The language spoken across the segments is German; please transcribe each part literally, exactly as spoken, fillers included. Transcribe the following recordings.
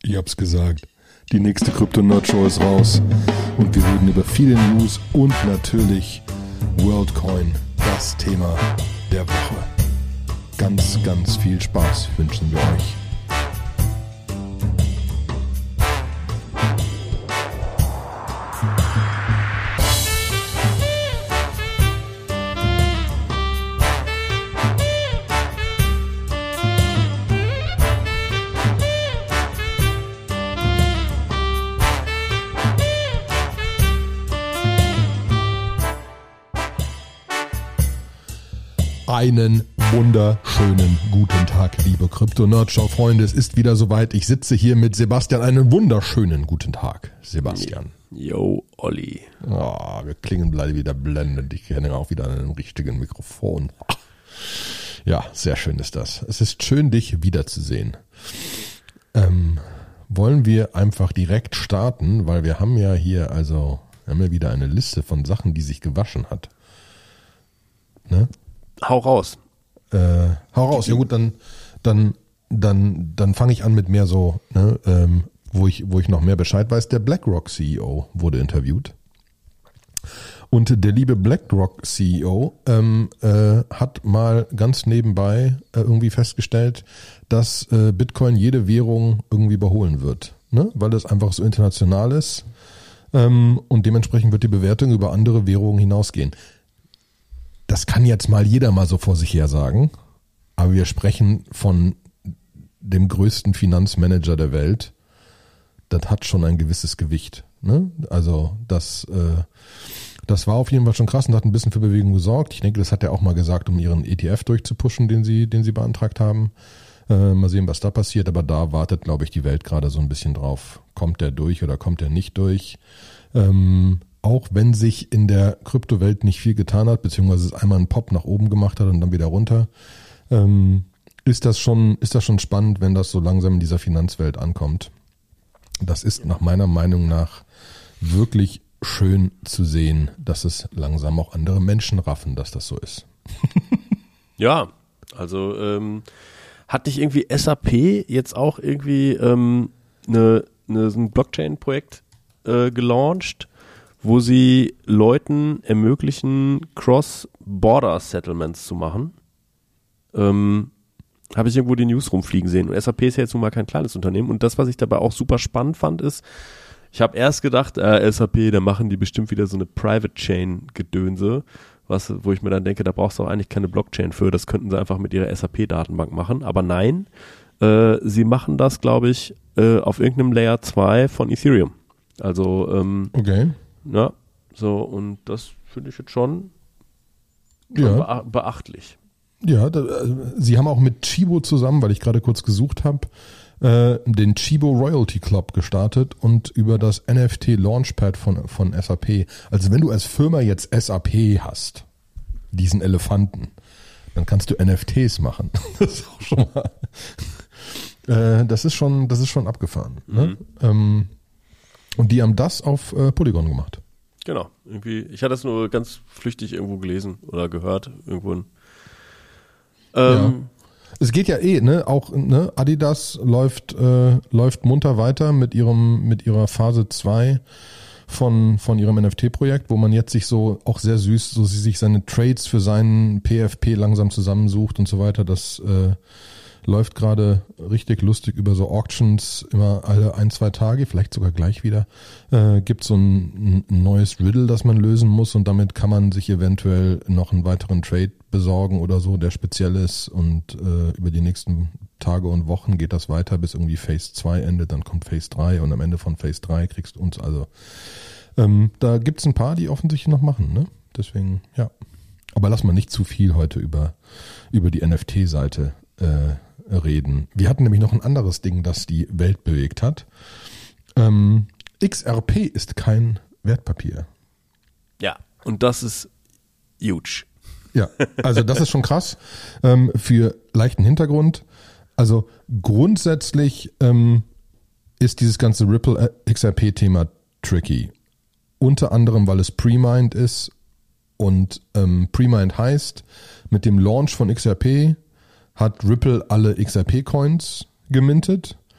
Ich hab's gesagt. Die nächste Krypto-Nerd-Show ist raus. Und wir reden über viele News und natürlich WorldCoin, das Thema der Woche. Ganz, ganz viel Spaß wünschen wir euch. Einen wunderschönen guten Tag, liebe Krypto-Nerd-Show-Freunde. Es ist wieder soweit. Ich sitze hier mit Sebastian. Einen wunderschönen guten Tag, Sebastian. Yo, Olli. Oh, wir klingen leider wieder blendend. Ich kenne auch wieder einen richtigen Mikrofon. Ja, sehr schön ist das. Es ist schön, dich wiederzusehen. Ähm, wollen wir einfach direkt starten, weil wir haben ja hier, also, wir haben ja wieder eine Liste von Sachen, die sich gewaschen hat. Ne? Hau raus. Äh, hau raus. Ja gut, dann dann dann dann fange ich an mit mehr so, ne, ähm, wo ich wo ich noch mehr Bescheid weiß. Der BlackRock C E O wurde interviewt und der liebe BlackRock C E O ähm, äh, hat mal ganz nebenbei äh, irgendwie festgestellt, dass äh, Bitcoin jede Währung irgendwie überholen wird, ne, weil das einfach so international ist ähm, und dementsprechend wird die Bewertung über andere Währungen hinausgehen. Das kann jetzt mal jeder mal so vor sich her sagen, aber wir sprechen von dem größten Finanzmanager der Welt. Das hat schon ein gewisses Gewicht, ne? Also das, äh, das war auf jeden Fall schon krass und hat ein bisschen für Bewegung gesorgt. Ich denke, das hat er auch mal gesagt, um ihren E T F durchzupushen, den sie, den sie beantragt haben. Äh, mal sehen, was da passiert. Aber da wartet, glaube ich, die Welt gerade so ein bisschen drauf. Kommt der durch oder kommt der nicht durch? Ähm, Auch wenn sich in der Kryptowelt nicht viel getan hat, beziehungsweise es einmal einen Pop nach oben gemacht hat und dann wieder runter, ähm, ist das schon, ist das schon spannend, wenn das so langsam in dieser Finanzwelt ankommt. Das ist nach meiner Meinung nach wirklich schön zu sehen, dass es langsam auch andere Menschen raffen, dass das so ist. Ja, also ähm, hat nicht irgendwie S A P jetzt auch irgendwie ähm, eine, eine, ein Blockchain-Projekt äh, gelauncht, wo sie Leuten ermöglichen, Cross-Border-Settlements zu machen. Ähm, habe ich irgendwo die News rumfliegen sehen. Und S A P ist ja jetzt nun mal kein kleines Unternehmen. Und das, was ich dabei auch super spannend fand, ist, ich habe erst gedacht, äh, S A P, da machen die bestimmt wieder so eine Private-Chain-Gedönse, was, wo ich mir dann denke, da brauchst du auch eigentlich keine Blockchain für. Das könnten sie einfach mit ihrer S A P-Datenbank machen. Aber nein, äh, sie machen das, glaube ich, äh, auf irgendeinem Layer zwei von Ethereum. Also, ähm, okay. Ja, so, und das finde ich jetzt schon, schon ja. beachtlich. Ja, da, sie haben auch mit Chibo zusammen, weil ich gerade kurz gesucht habe, äh, den Chibo Royalty Club gestartet und über das N F T Launchpad von, von S A P. Also wenn du als Firma jetzt S A P hast, diesen Elefanten, dann kannst du N F Ts machen. Das ist auch schon mal, äh, das ist schon, das ist schon abgefahren. Mhm. Ne? Ähm, Und die haben das auf äh, Polygon gemacht. Genau. Irgendwie, ich hatte das nur ganz flüchtig irgendwo gelesen oder gehört. Irgendwo. In, ähm, ja. Es geht ja eh, ne? Auch ne? Adidas läuft äh, läuft munter weiter mit ihrem mit ihrer Phase zwei von von ihrem N F T-Projekt, wo man jetzt sich so auch sehr süß, so sie sich seine Trades für seinen P F P langsam zusammensucht und so weiter. Das äh, läuft gerade richtig lustig über so Auctions, immer alle ein, zwei Tage, vielleicht sogar gleich wieder, äh, gibt so ein, ein neues Riddle, das man lösen muss und damit kann man sich eventuell noch einen weiteren Trade besorgen oder so, der speziell ist und äh, über die nächsten Tage und Wochen geht das weiter, bis irgendwie Phase zwei endet, dann kommt Phase drei und am Ende von Phase drei kriegst du uns also, ähm, da gibt's ein paar, die offensichtlich noch machen, ne? Deswegen, ja. Aber lass mal nicht zu viel heute über, über die N F T-Seite äh, reden. Wir hatten nämlich noch ein anderes Ding, das die Welt bewegt hat. Ähm, X R P ist kein Wertpapier. Ja, und das ist huge. Ja, also das ist schon krass. Ähm, für leichten Hintergrund. Also grundsätzlich ähm, ist dieses ganze Ripple X R P-Thema tricky. Unter anderem, weil es Pre-Mined ist und ähm, Pre-Mined heißt, mit dem Launch von X R P hat Ripple alle X R P-Coins gemintet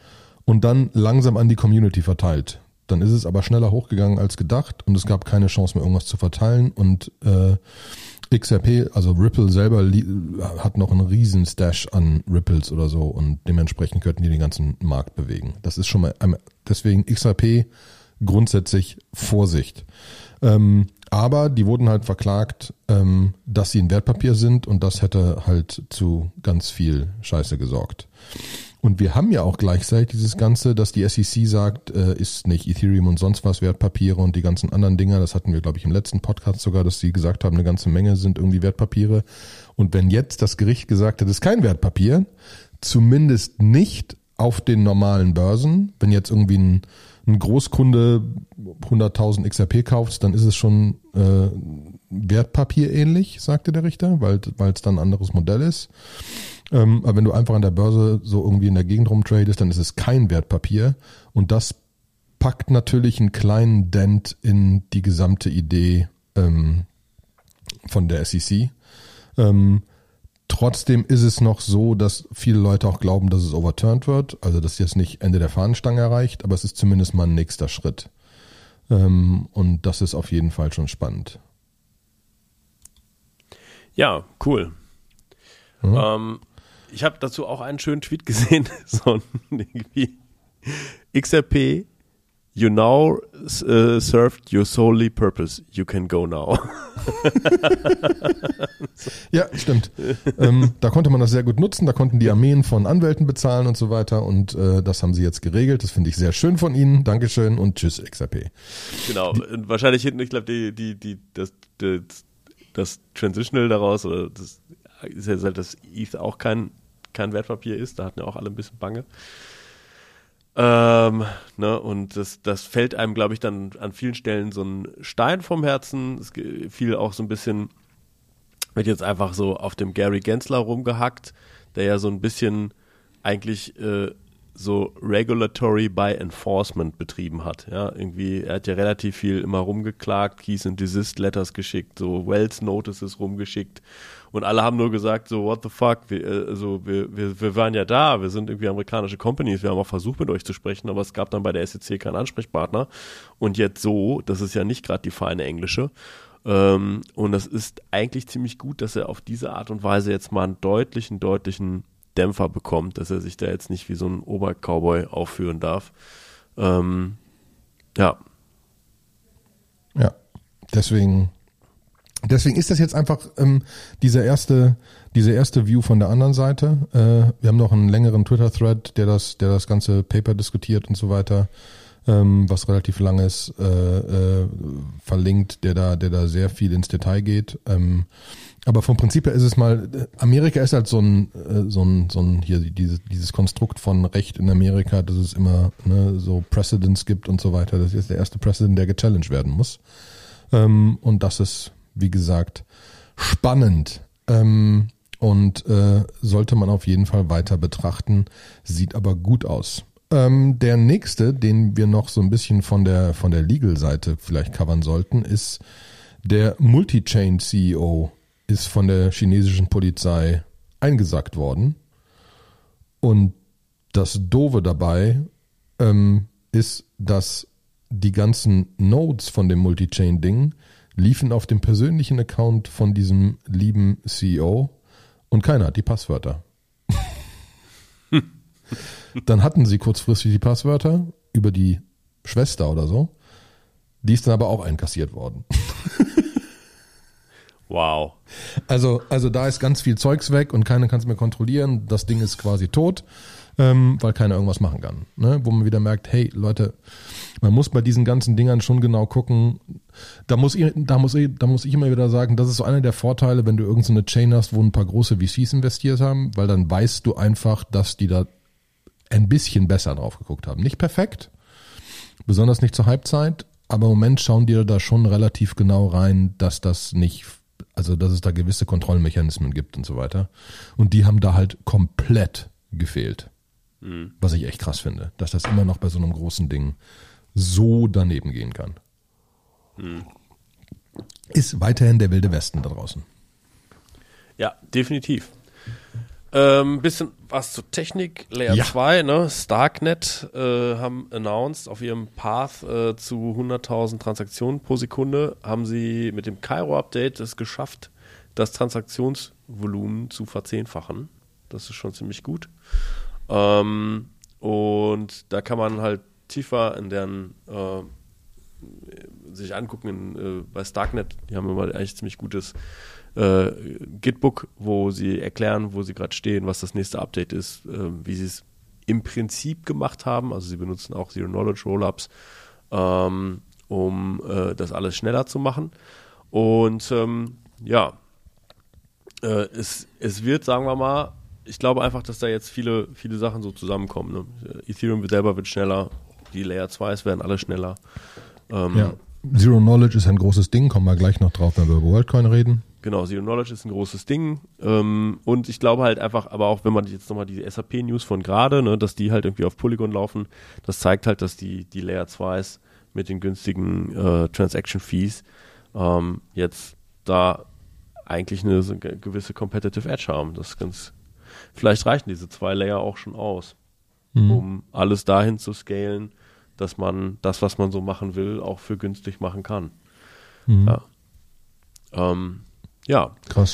und dann langsam an die Community verteilt. Dann ist es aber schneller hochgegangen als gedacht und es gab keine Chance mehr, irgendwas zu verteilen. Und äh, X R P, also Ripple selber, li- hat noch einen riesen Stash an Ripples oder so und dementsprechend könnten die den ganzen Markt bewegen. Das ist schon mal, deswegen X R P grundsätzlich Vorsicht. Ähm, aber die wurden halt verklagt, ähm, dass sie ein Wertpapier sind und das hätte halt zu ganz viel Scheiße gesorgt. Und wir haben ja auch gleichzeitig dieses Ganze, dass die S E C sagt, äh, ist nicht Ethereum und sonst was Wertpapiere und die ganzen anderen Dinger, das hatten wir, glaube ich, im letzten Podcast sogar, dass sie gesagt haben, eine ganze Menge sind irgendwie Wertpapiere. Und wenn jetzt das Gericht gesagt hat, es ist kein Wertpapier, zumindest nicht auf den normalen Börsen, wenn jetzt irgendwie ein, ein Großkunde hunderttausend X R P kauft, dann ist es schon äh, Wertpapier ähnlich, sagte der Richter, weil weil es dann ein anderes Modell ist. Ähm, aber wenn du einfach an der Börse so irgendwie in der Gegend rumtradest, dann ist es kein Wertpapier. Und das packt natürlich einen kleinen Dent in die gesamte Idee ähm, von der S E C. Ähm, trotzdem ist es noch so, dass viele Leute auch glauben, dass es overturned wird. Also dass jetzt nicht Ende der Fahnenstange erreicht, aber es ist zumindest mal ein nächster Schritt. Ähm, und das ist auf jeden Fall schon spannend. Ja, cool. Hm? Ähm, ich habe dazu auch einen schönen Tweet gesehen, so ein irgendwie X R P, you now uh, served your solely purpose, you can go now. Ja, stimmt. ähm, da konnte man das sehr gut nutzen, da konnten die Armeen von Anwälten bezahlen und so weiter und äh, das haben sie jetzt geregelt, das finde ich sehr schön von ihnen, Dankeschön und tschüss X R P. Genau, die, und wahrscheinlich hinten, ich glaube, die, die, die, das, das, das Transitional daraus, oder das ist ja halt, dass E T H auch kein, kein Wertpapier ist, da hatten ja auch alle ein bisschen Bange. Ähm, ne, und das, das fällt einem, glaube ich, dann an vielen Stellen so ein Stein vom Herzen. Es fiel auch so ein bisschen, wird jetzt einfach so auf dem Gary Gensler rumgehackt, der ja so ein bisschen eigentlich äh, so Regulatory by Enforcement betrieben hat. Ja, irgendwie, er hat ja relativ viel immer rumgeklagt, Cease and Desist Letters geschickt, so Wells Notices rumgeschickt. Und alle haben nur gesagt, so, what the fuck, wir, also, wir, wir, wir waren ja da, wir sind irgendwie amerikanische Companies, wir haben auch versucht, mit euch zu sprechen, aber es gab dann bei der S E C keinen Ansprechpartner. Und jetzt so, das ist ja nicht gerade die feine englische. Ähm, und das ist eigentlich ziemlich gut, dass er auf diese Art und Weise jetzt mal einen deutlichen, deutlichen Dämpfer bekommt, dass er sich da jetzt nicht wie so ein Obercowboy aufführen darf. Ähm, ja. Ja, deswegen... Deswegen ist das jetzt einfach ähm, dieser erste, diese erste View von der anderen Seite. Äh, wir haben noch einen längeren Twitter-Thread, der das, der das ganze Paper diskutiert und so weiter, ähm, was relativ lang ist, äh, äh, verlinkt, der da, der da sehr viel ins Detail geht. Ähm, aber vom Prinzip her ist es mal, Amerika ist halt so ein, äh, so ein, so ein hier dieses, dieses Konstrukt von Recht in Amerika, dass es immer ne, so Precedents gibt und so weiter. Das ist der erste Precedent, der gechallenged werden muss. Ähm, und das ist wie gesagt, spannend ähm, und äh, sollte man auf jeden Fall weiter betrachten, sieht aber gut aus. Ähm, der nächste, den wir noch so ein bisschen von der von der Legal-Seite vielleicht covern sollten, ist der Multichain-C E O ist von der chinesischen Polizei eingesackt worden und das Doofe dabei ähm, ist, dass die ganzen Nodes von dem Multichain-Ding liefen auf dem persönlichen Account von diesem lieben C E O und keiner hat die Passwörter. Dann hatten sie kurzfristig die Passwörter über die Schwester oder so. Die ist dann aber auch einkassiert worden. Wow. Also, also da ist ganz viel Zeugs weg und keiner kann es mehr kontrollieren. Das Ding ist quasi tot, ähm, weil keiner irgendwas machen kann. Ne? Wo man wieder merkt, hey Leute, man muss bei diesen ganzen Dingern schon genau gucken. Da muss ich, da muss ich, da muss ich immer wieder sagen, das ist so einer der Vorteile, wenn du irgendeine Chain hast, wo ein paar große V Cs investiert haben, weil dann weißt du einfach, dass die da ein bisschen besser drauf geguckt haben. Nicht perfekt, besonders nicht zur Halbzeit, aber im Moment schauen die da schon relativ genau rein, dass das nicht, also dass es da gewisse Kontrollmechanismen gibt und so weiter. Und die haben da halt komplett gefehlt. Mhm. Was ich echt krass finde, dass das immer noch bei so einem großen Ding so daneben gehen kann. Mhm. Ist weiterhin der wilde Westen da draußen. Ja, definitiv. Ähm, bisschen was zur Technik, Layer Ja. zwei, ne? Starknet äh, haben announced, auf ihrem Path äh, zu hunderttausend Transaktionen pro Sekunde haben sie mit dem Cairo-Update es geschafft, das Transaktionsvolumen zu verzehnfachen. Das ist schon ziemlich gut. Ähm, und da kann man halt tiefer in deren äh, sich angucken in, äh, bei Starknet. Die haben immer eigentlich ziemlich gutes äh, Gitbook, wo sie erklären, wo sie gerade stehen, was das nächste Update ist, äh, wie sie es im Prinzip gemacht haben. Also sie benutzen auch Zero-Knowledge-Rollups, ähm, um äh, das alles schneller zu machen. Und ähm, ja, äh, es, es wird, sagen wir mal, ich glaube einfach, dass da jetzt viele, viele Sachen so zusammenkommen. Ne? Ethereum selber wird schneller, die Layer zweis werden alle schneller. Ähm, Ja. Zero Knowledge ist ein großes Ding, kommen wir gleich noch drauf, wenn wir über WorldCoin reden. Genau, Zero Knowledge ist ein großes Ding. Ähm, und ich glaube halt einfach, aber auch wenn man jetzt nochmal diese S A P-News von gerade, ne, dass die halt irgendwie auf Polygon laufen, das zeigt halt, dass die, die Layer zweis mit den günstigen äh, Transaction-Fees ähm, jetzt da eigentlich eine, so eine gewisse Competitive Edge haben. Das ist ganz, vielleicht reichen diese zwei Layer auch schon aus, Mhm. um alles dahin zu scalen, dass man das, was man so machen will, auch für günstig machen kann. Mhm. Ja. Ähm, ja. Krass.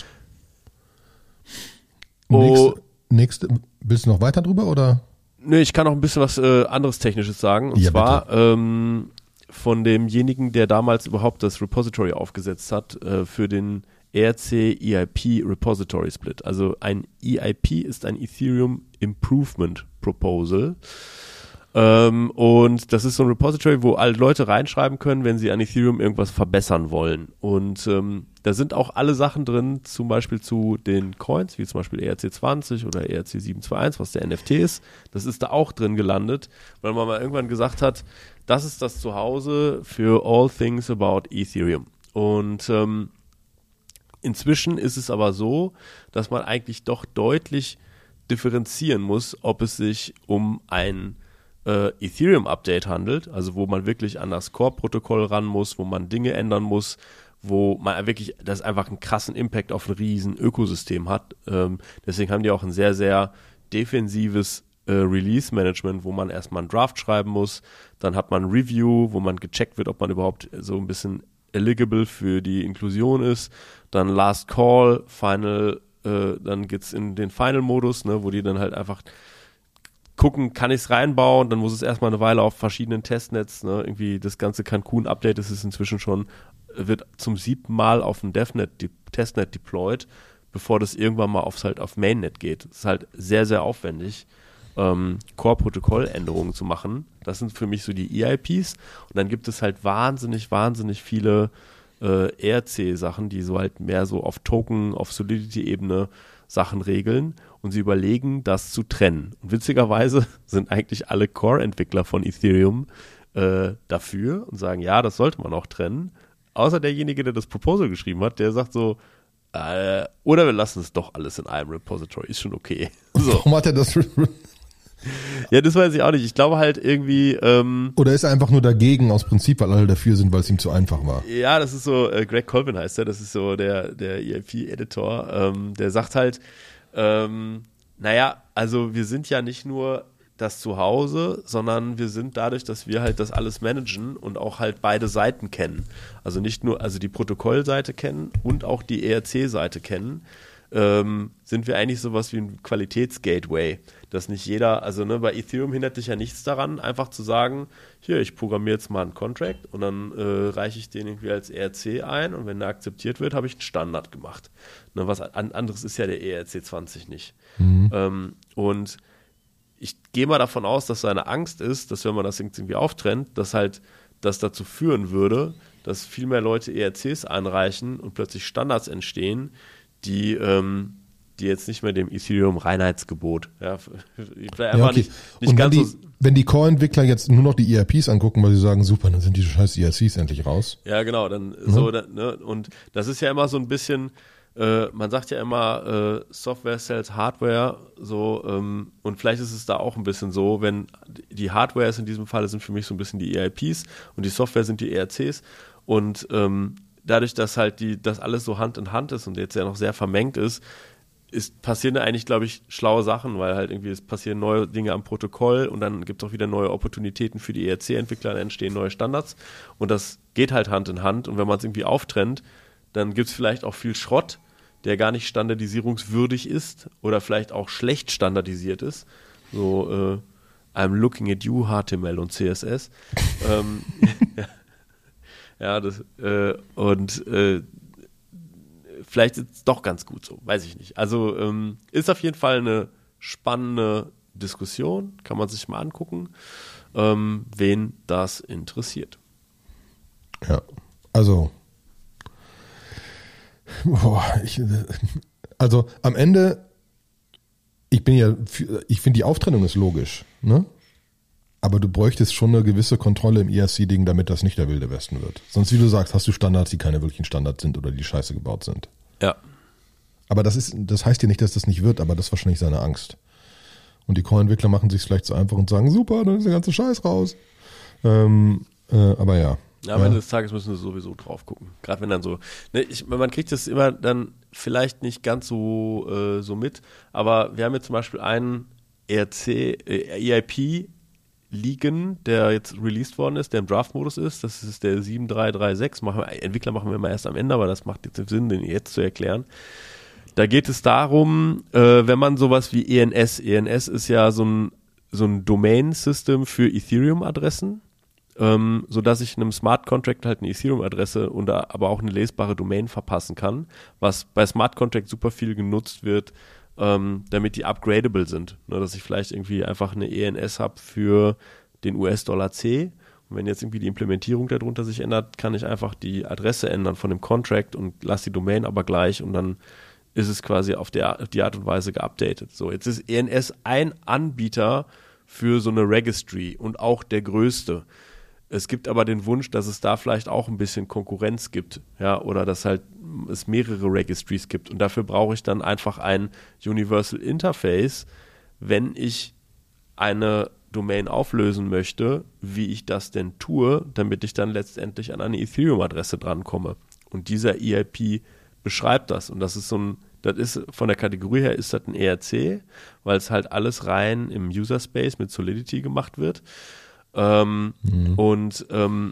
Oh. Nächste, nächste, willst du noch weiter drüber oder? Nee, ich kann noch ein bisschen was äh, anderes Technisches sagen. Und Ja, zwar ähm, von demjenigen, der damals überhaupt das Repository aufgesetzt hat äh, für den E R C E I P Repository Split. Also ein E I P ist ein Ethereum Improvement Proposal. Ähm, und das ist so ein Repository, wo alle Leute reinschreiben können, wenn sie an Ethereum irgendwas verbessern wollen. Und ähm, da sind auch alle Sachen drin, zum Beispiel zu den Coins, wie zum Beispiel E R C zwanzig oder E R C sieben zwei eins, was der N F T ist. Das ist da auch drin gelandet, weil man mal irgendwann gesagt hat, das ist das Zuhause für all things about Ethereum. Und ähm, inzwischen ist es aber so, dass man eigentlich doch deutlich differenzieren muss, ob es sich um ein äh, Ethereum-Update handelt, also wo man wirklich an das Core-Protokoll ran muss, wo man Dinge ändern muss, wo man wirklich, das einfach einen krassen Impact auf ein riesen Ökosystem hat. Ähm, deswegen haben die auch ein sehr, sehr defensives äh, Release-Management, wo man erstmal einen Draft schreiben muss, dann hat man ein Review, wo man gecheckt wird, ob man überhaupt so ein bisschen eligible für die Inklusion ist, dann Last Call, Final, äh, dann geht's in den Final-Modus, ne, wo die dann halt einfach gucken, kann ich es reinbauen, dann muss es erstmal eine Weile auf verschiedenen Testnets, ne, irgendwie das ganze Cancun-Update, das ist inzwischen schon, wird zum siebten Mal auf ein DevNet, die, Testnet deployed, bevor das irgendwann mal aufs halt auf Mainnet geht. Das ist halt sehr, sehr aufwendig, ähm, Core-Protokolländerungen zu machen. Das sind für mich so die E I Ps. Und dann gibt es halt wahnsinnig, wahnsinnig viele äh, E R C-Sachen, die so halt mehr so auf Token, auf Solidity-Ebene Sachen regeln und sie überlegen, das zu trennen. Und witzigerweise sind eigentlich alle Core-Entwickler von Ethereum äh, dafür und sagen, ja, das sollte man auch trennen. Außer derjenige, der das Proposal geschrieben hat, der sagt so, äh, oder wir lassen es doch alles in einem Repository, ist schon okay. So. Warum hat er das? Ja, das weiß ich auch nicht. Ich glaube halt irgendwie, ähm, Oder ist er einfach nur dagegen aus Prinzip, weil alle dafür sind, weil es ihm zu einfach war? ja, das ist so, äh, Greg Colvin heißt er, das ist so der, der E I P-Editor, ähm, der sagt halt, ähm, naja, also wir sind ja nicht nur das Zuhause, sondern wir sind dadurch, dass wir halt das alles managen und auch halt beide Seiten kennen. Also nicht nur, also die Protokollseite kennen und auch die E R C-Seite kennen, ähm, sind wir eigentlich sowas wie ein Qualitätsgateway, dass nicht jeder, also ne, bei Ethereum hindert dich ja nichts daran, einfach zu sagen, hier, ich programmiere jetzt mal einen Contract und dann äh, reiche ich den irgendwie als E R C ein und wenn der akzeptiert wird, habe ich einen Standard gemacht. Ne, was an, anderes ist ja der E R C zwanzig nicht. Mhm. Ähm, und ich gehe mal davon aus, dass seine Angst ist, dass wenn man das irgendwie auftrennt, dass halt das dazu führen würde, dass viel mehr Leute E R Cs einreichen und plötzlich Standards entstehen, die, ähm, die jetzt nicht mehr dem Ethereum-Reinheitsgebot, ja, vielleicht einfach Ja, okay. nicht, nicht Und wenn ganz die, so. wenn die Core-Entwickler jetzt nur noch die E I Ps angucken, weil sie sagen, super, dann sind die scheiß E R Cs endlich raus. Ja, genau, dann so, dann, ne, und das ist ja immer so ein bisschen, äh, man sagt ja immer, äh, Software sells Hardware, so, ähm, und vielleicht ist es da auch ein bisschen so, wenn die Hardware ist in diesem Fall sind für mich so ein bisschen die E I Ps und die Software sind die E R Cs und ähm, dadurch, dass halt die, das alles so Hand in Hand ist und jetzt ja noch sehr vermengt ist, es passieren da eigentlich, glaube ich, schlaue Sachen, weil halt irgendwie es passieren neue Dinge am Protokoll und dann gibt es auch wieder neue Opportunitäten für die E R C-Entwickler, dann entstehen neue Standards und das geht halt Hand in Hand und wenn man es irgendwie auftrennt, dann gibt es vielleicht auch viel Schrott, der gar nicht standardisierungswürdig ist oder vielleicht auch schlecht standardisiert ist. So, äh, I'm looking at you, H T M L und C S S. ähm, ja, das, äh, und äh, vielleicht ist es doch ganz gut so, weiß ich nicht. Also ähm, ist auf jeden Fall eine spannende Diskussion, kann man sich mal angucken, ähm, wen das interessiert. Ja, also boah, ich, also am Ende, ich bin ja, ich finde die Auftrennung ist logisch, ne? Aber du bräuchtest schon eine gewisse Kontrolle im E R C-Ding, damit das nicht der wilde Westen wird. Sonst, wie du sagst, hast du Standards, die keine wirklichen Standards sind oder die scheiße gebaut sind. Ja. Aber das ist, das heißt ja nicht, dass das nicht wird, aber das ist wahrscheinlich seine Angst. Und die Core-Entwickler machen sich vielleicht so einfach und sagen, super, dann ist der ganze Scheiß raus. Ähm, äh, aber ja. Ja, am Ende des Tages müssen wir sowieso drauf gucken. Gerade wenn dann so, ne, ich, man kriegt das immer dann vielleicht nicht ganz so, äh, so mit, aber wir haben jetzt zum Beispiel einen E R C, äh, E I P liegen, der jetzt released worden ist, der im Draft-Modus ist. Das ist der sieben drei drei sechs. Machen wir, Entwickler machen wir immer erst am Ende, aber das macht jetzt Sinn, den jetzt zu erklären. Da geht es darum, äh, wenn man sowas wie E N S, E N S ist ja so ein, so ein Domain-System für Ethereum-Adressen, ähm, sodass ich einem Smart Contract halt eine Ethereum-Adresse und da aber auch eine lesbare Domain verpassen kann, was bei Smart Contract super viel genutzt wird, ähm, damit die upgradable sind. Ne, dass ich vielleicht irgendwie einfach eine E N S habe für den U S-Dollar C und wenn jetzt irgendwie die Implementierung darunter sich ändert, kann ich einfach die Adresse ändern von dem Contract und lasse die Domain aber gleich und dann ist es quasi auf der, die Art und Weise geupdatet. So, jetzt ist E N S ein Anbieter für so eine Registry und auch der größte. Es gibt aber den Wunsch, dass es da vielleicht auch ein bisschen Konkurrenz gibt, ja, oder dass halt es mehrere Registries gibt und dafür brauche ich dann einfach ein Universal Interface, wenn ich eine Domain auflösen möchte, wie ich das denn tue, damit ich dann letztendlich an eine Ethereum-Adresse drankomme. Und dieser E I P beschreibt das und das ist so ein, das ist von der Kategorie her ist das ein E R C, weil es halt alles rein im User Space mit Solidity gemacht wird. Ähm, mhm. Und ähm,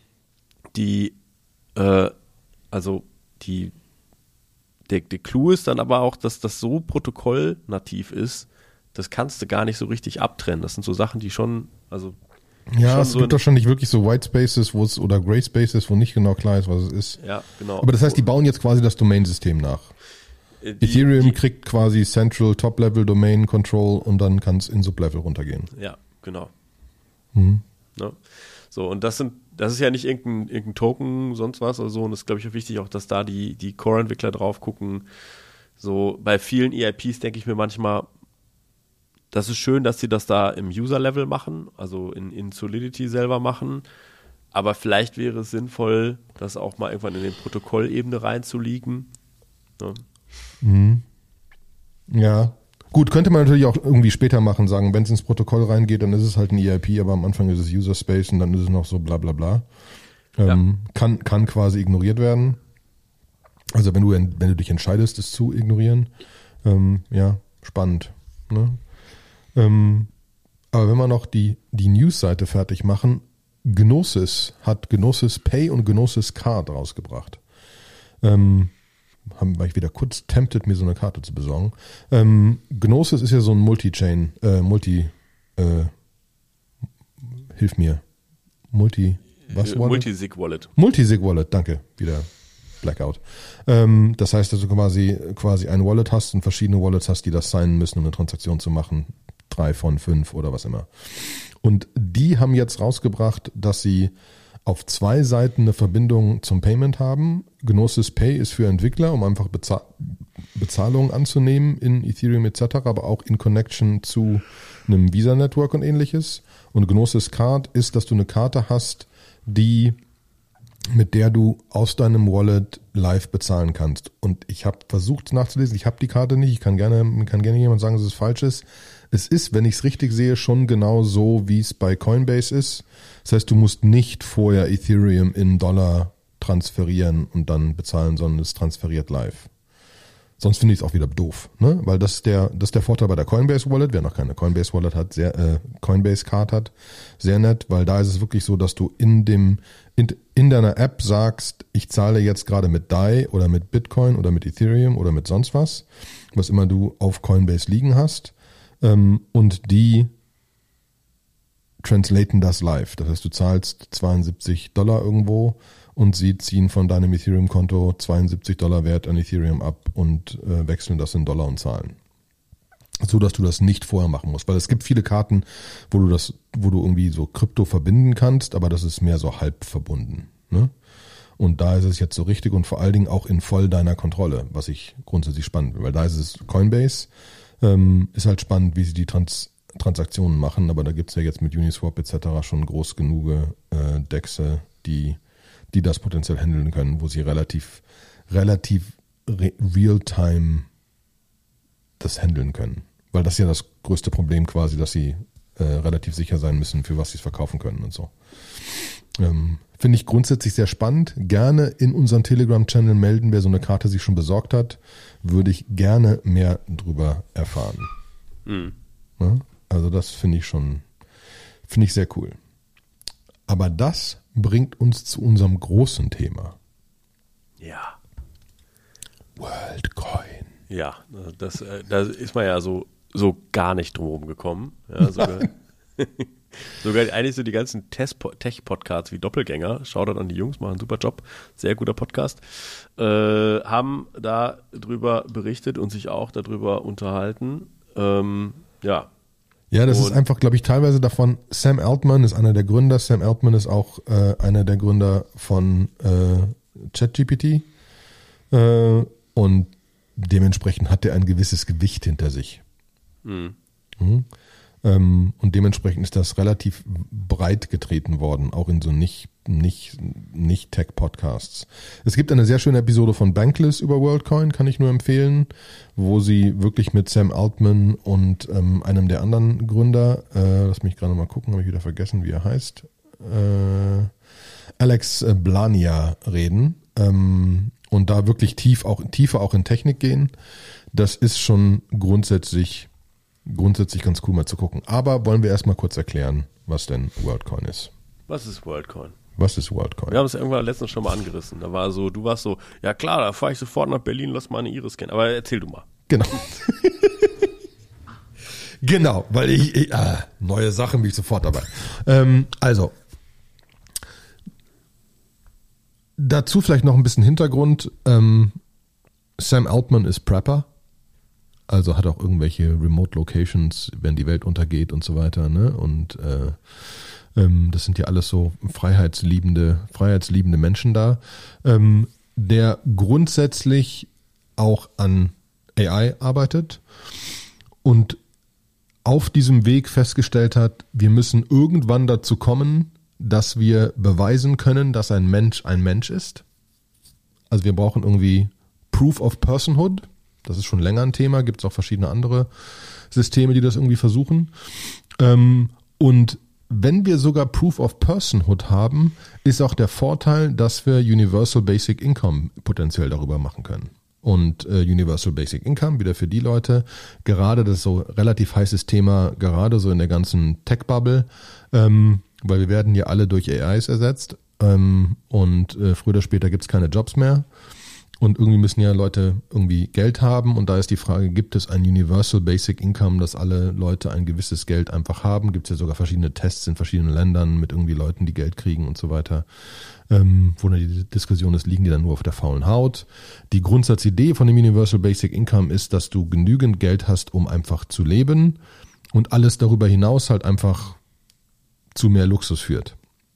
die, äh, also die, der, der Clou ist dann aber auch, dass das so protokollnativ ist, das kannst du gar nicht so richtig abtrennen. Das sind so Sachen, die schon, also ja, schon es so gibt wahrscheinlich wirklich so White Spaces, wo es oder Gray Spaces, wo nicht genau klar ist, was es ist. Ja, genau. Aber das heißt, die bauen jetzt quasi das Domain-System nach. Die, Ethereum die, kriegt quasi Central Top-Level Domain Control und dann kann es in Sub-Level runtergehen. Ja, genau. Mhm. Ne? So, und das sind, das ist ja nicht irgendein, irgendein Token, sonst was oder so. Und das ist, glaube ich, auch wichtig, auch, dass da die, die Core-Entwickler drauf gucken. So, bei vielen E I Ps denke ich mir manchmal, das ist schön, dass sie das da im User-Level machen, also in, in Solidity selber machen. Aber vielleicht wäre es sinnvoll, das auch mal irgendwann in den Protokollebene reinzuliegen. Ne? Mhm. Ja. Gut, könnte man natürlich auch irgendwie später machen, sagen, wenn es ins Protokoll reingeht, dann ist es halt ein E I P, aber am Anfang ist es User Space und dann ist es noch so bla bla bla. Ähm, ja. kann, kann quasi ignoriert werden. Also wenn du, wenn du dich entscheidest, es zu ignorieren, ähm, ja, spannend. Ne? Ähm, aber wenn wir noch die, die News-Seite fertig machen, Gnosis hat Gnosis Pay und Gnosis Card rausgebracht. Ähm, haben, war ich wieder kurz tempted, mir so eine Karte zu besorgen. Ähm, Gnosis ist ja so ein Multi-Chain, äh, Multi, äh, hilf mir, Multi, was Wallet? Multi-Sig-Wallet. Multi-Sig-Wallet, danke, wieder Blackout. Ähm, das heißt, dass du quasi, quasi ein Wallet hast und verschiedene Wallets hast, die das signen müssen, um eine Transaktion zu machen. Drei von fünf oder was immer. Und die haben jetzt rausgebracht, dass sie auf zwei Seiten eine Verbindung zum Payment haben. Gnosis Pay ist für Entwickler, um einfach Bezahl- Bezahlungen anzunehmen in Ethereum et cetera, aber auch in Connection zu einem Visa-Network und ähnliches. Und Gnosis Card ist, dass du eine Karte hast, die mit der du aus deinem Wallet live bezahlen kannst. Und ich habe versucht nachzulesen, ich habe die Karte nicht, ich kann gerne, kann gerne jemand sagen, dass es falsch ist. Es ist, wenn ich es richtig sehe, schon genau so, wie es bei Coinbase ist. Das heißt, du musst nicht vorher Ethereum in Dollar transferieren und dann bezahlen, sondern es transferiert live. Sonst finde ich es auch wieder doof, ne? Weil das ist der, das ist der Vorteil bei der Coinbase Wallet. Wer noch keine Coinbase Wallet hat, sehr, äh, Coinbase Card hat, sehr nett, weil da ist es wirklich so, dass du in dem, in, in deiner App sagst, ich zahle jetzt gerade mit D A I oder mit Bitcoin oder mit Ethereum oder mit sonst was, was immer du auf Coinbase liegen hast, ähm, und die translaten das live. Das heißt, du zahlst zweiundsiebzig Dollar irgendwo und sie ziehen von deinem Ethereum-Konto zweiundsiebzig Dollar Wert an Ethereum ab und äh, wechseln das in Dollar und zahlen. So, dass du das nicht vorher machen musst. Weil es gibt viele Karten, wo du das, wo du irgendwie so Krypto verbinden kannst, aber das ist mehr so halb verbunden. Ne? Und da ist es jetzt so richtig und vor allen Dingen auch in voll deiner Kontrolle, was ich grundsätzlich spannend finde. Weil da ist es Coinbase, ähm, ist halt spannend, wie sie die Trans- Transaktionen machen, aber da gibt es ja jetzt mit Uniswap et cetera schon groß genug äh, Dexe, die die das potenziell handeln können, wo sie relativ, relativ re- real-time das handeln können. Weil das ist ja das größte Problem quasi, dass sie äh, relativ sicher sein müssen, für was sie es verkaufen können und so. Ähm, finde ich grundsätzlich sehr spannend. Gerne in unseren Telegram-Channel melden, wer so eine Karte sich schon besorgt hat. Würde ich gerne mehr drüber erfahren. Mhm. Ja? Also das finde ich schon, finde ich sehr cool. Aber das bringt uns zu unserem großen Thema. Ja. WorldCoin. Ja, das, äh, da ist man ja so, so gar nicht drum herum gekommen. Ja, sogar, sogar eigentlich so die ganzen Tech-Podcasts wie Doppelgänger, Shoutout an die Jungs, machen einen super Job, sehr guter Podcast, äh, haben da drüber berichtet und sich auch darüber unterhalten. Ähm, ja, Ja, das und ist einfach, glaube ich, teilweise davon. Sam Altman ist einer der Gründer. Sam Altman ist auch äh, einer der Gründer von äh, ChatGPT. Äh, und dementsprechend hat er ein gewisses Gewicht hinter sich. Mhm. Mhm. Ähm, und dementsprechend ist das relativ breit getreten worden, auch in so nicht, nicht, nicht Tech-Podcasts. Es gibt eine sehr schöne Episode von Bankless über WorldCoin, kann ich nur empfehlen, wo sie wirklich mit Sam Altman und ähm, einem der anderen Gründer, äh, lass mich gerade mal gucken, habe ich wieder vergessen, wie er heißt, äh, Alex Blania reden ähm, und da wirklich tief auch, tiefer auch in Technik gehen. Das ist schon grundsätzlich Grundsätzlich ganz cool mal zu gucken. Aber wollen wir erstmal kurz erklären, was denn WorldCoin ist. Was ist WorldCoin? Was ist WorldCoin? Wir haben es irgendwann letztens schon mal angerissen. Da war so, du warst so, ja klar, da fahre ich sofort nach Berlin, lass mal eine Iris kennen. Aber erzähl du mal. Genau. Genau, weil ich, ich äh, neue Sachen bin ich sofort dabei. Ähm, also, dazu vielleicht noch ein bisschen Hintergrund. Ähm, Sam Altman ist Prepper. Also hat auch irgendwelche Remote Locations, wenn die Welt untergeht und so weiter. Ne? Und äh, ähm, das sind ja alles so freiheitsliebende, freiheitsliebende Menschen da, ähm, der grundsätzlich auch an A I arbeitet und auf diesem Weg festgestellt hat, wir müssen irgendwann dazu kommen, dass wir beweisen können, dass ein Mensch ein Mensch ist. Also wir brauchen irgendwie Proof of Personhood. Das ist schon länger ein Thema, gibt es auch verschiedene andere Systeme, die das irgendwie versuchen. Und wenn wir sogar Proof of Personhood haben, ist auch der Vorteil, dass wir Universal Basic Income potenziell darüber machen können. Und äh, Universal Basic Income, wieder für die Leute, gerade das ist so relativ heißes Thema, gerade so in der ganzen Tech-Bubble, ähm, weil wir werden ja alle durch A Is ersetzt ähm, und äh, früher oder später gibt es keine Jobs mehr. Und irgendwie müssen ja Leute irgendwie Geld haben und da ist die Frage, gibt es ein Universal Basic Income, dass alle Leute ein gewisses Geld einfach haben? Gibt es ja sogar verschiedene Tests in verschiedenen Ländern mit irgendwie Leuten, die Geld kriegen und so weiter. Ähm, wo die Diskussion ist, liegen die dann nur auf der faulen Haut? Die Grundsatzidee von dem Universal Basic Income ist, dass du genügend Geld hast, um einfach zu leben und alles darüber hinaus halt einfach zu mehr Luxus führt.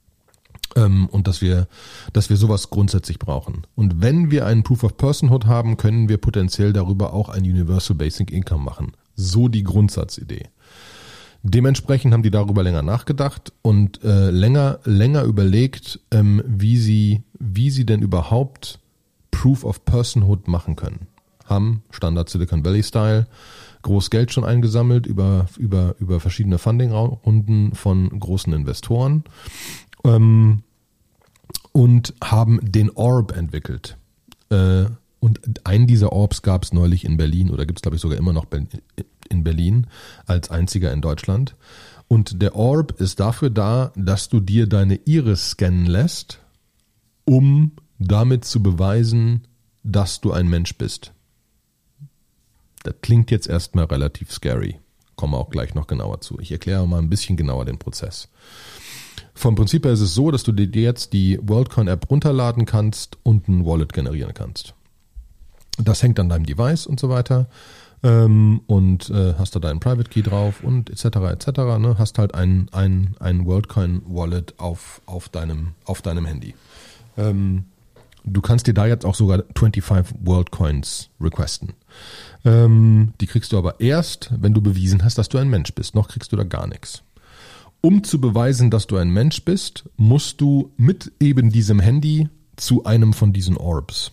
Und dass wir, dass wir sowas grundsätzlich brauchen. Und wenn wir einen Proof of Personhood haben, können wir potenziell darüber auch ein Universal Basic Income machen. So die Grundsatzidee. Dementsprechend haben die darüber länger nachgedacht und äh, länger, länger überlegt, ähm, wie sie, wie sie denn überhaupt Proof of Personhood machen können. Haben Standard Silicon Valley Style groß Geld schon eingesammelt über, über, über verschiedene Funding-Runden von großen Investoren. Und haben den Orb entwickelt. Und einen dieser Orbs gab es neulich in Berlin oder gibt es, glaube ich, sogar immer noch in Berlin als einziger in Deutschland. Und der Orb ist dafür da, dass du dir deine Iris scannen lässt, um damit zu beweisen, dass du ein Mensch bist. Das klingt jetzt erstmal relativ scary. Komme auch gleich noch genauer zu. Ich erkläre mal ein bisschen genauer den Prozess. Vom Prinzip her ist es so, dass du dir jetzt die Worldcoin-App runterladen kannst und ein Wallet generieren kannst. Das hängt an deinem Device und so weiter. Ähm, und äh, hast da deinen Private Key drauf und et cetera et cetera. Ne? Hast halt ein, ein, ein Worldcoin-Wallet auf, auf, deinem, auf deinem Handy. Ähm, du kannst dir da jetzt auch sogar fünfundzwanzig Worldcoins requesten. Ähm, die kriegst du aber erst, wenn du bewiesen hast, dass du ein Mensch bist. Noch kriegst du da gar nichts. Um zu beweisen, dass du ein Mensch bist, musst du mit eben diesem Handy zu einem von diesen Orbs.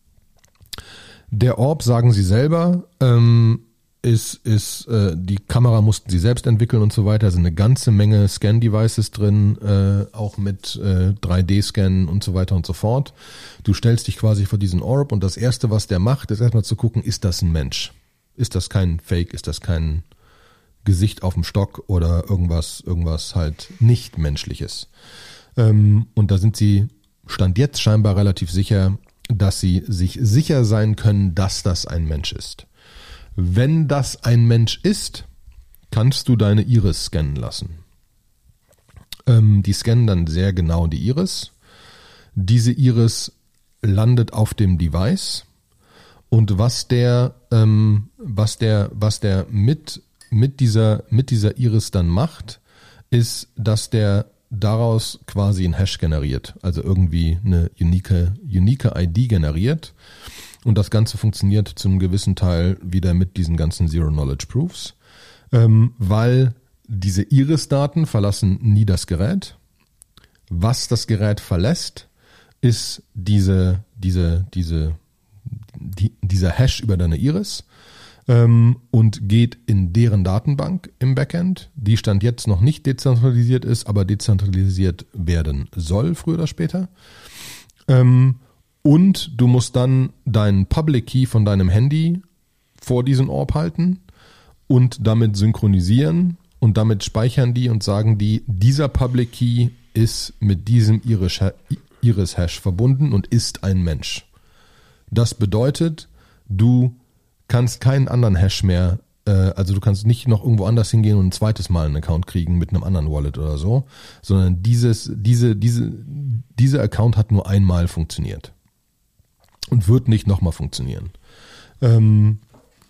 Der Orb, sagen sie selber, ähm, ist, ist äh, die Kamera mussten sie selbst entwickeln und so weiter. Da sind eine ganze Menge Scan-Devices drin, äh, auch mit äh, drei D-Scannen und so weiter und so fort. Du stellst dich quasi vor diesen Orb und das Erste, was der macht, ist erstmal zu gucken, ist das ein Mensch? Ist das kein Fake? Ist das kein Gesicht auf dem Stock oder irgendwas, irgendwas halt nicht Menschliches? Ähm, und da sind sie, Stand jetzt, scheinbar relativ sicher, dass sie sich sicher sein können, dass das ein Mensch ist. Wenn das ein Mensch ist, kannst du deine Iris scannen lassen. Ähm, die scannen dann sehr genau die Iris. Diese Iris landet auf dem Device und was der, ähm, was der, was der mit, mit dieser, mit dieser Iris dann macht, ist, dass der daraus quasi ein Hash generiert, also irgendwie eine unique, unique I D generiert. Und das Ganze funktioniert zu einem gewissen Teil wieder mit diesen ganzen Zero-Knowledge-Proofs, ähm, weil diese Iris-Daten verlassen nie das Gerät. Was das Gerät verlässt, ist diese, diese, diese, die, dieser Hash über deine Iris ähm, und geht in deren Datenbank im Backend, die Stand jetzt noch nicht dezentralisiert ist, aber dezentralisiert werden soll, früher oder später. Ähm, Und du musst dann deinen Public Key von deinem Handy vor diesen Orb halten und damit synchronisieren und damit speichern die und sagen die, dieser Public Key ist mit diesem Iris-Hash verbunden und ist ein Mensch. Das bedeutet, du kannst keinen anderen Hash mehr, äh, also du kannst nicht noch irgendwo anders hingehen und ein zweites Mal einen Account kriegen mit einem anderen Wallet oder so, sondern dieses, diese, diese, dieser Account hat nur einmal funktioniert. Und wird nicht nochmal funktionieren. Ähm,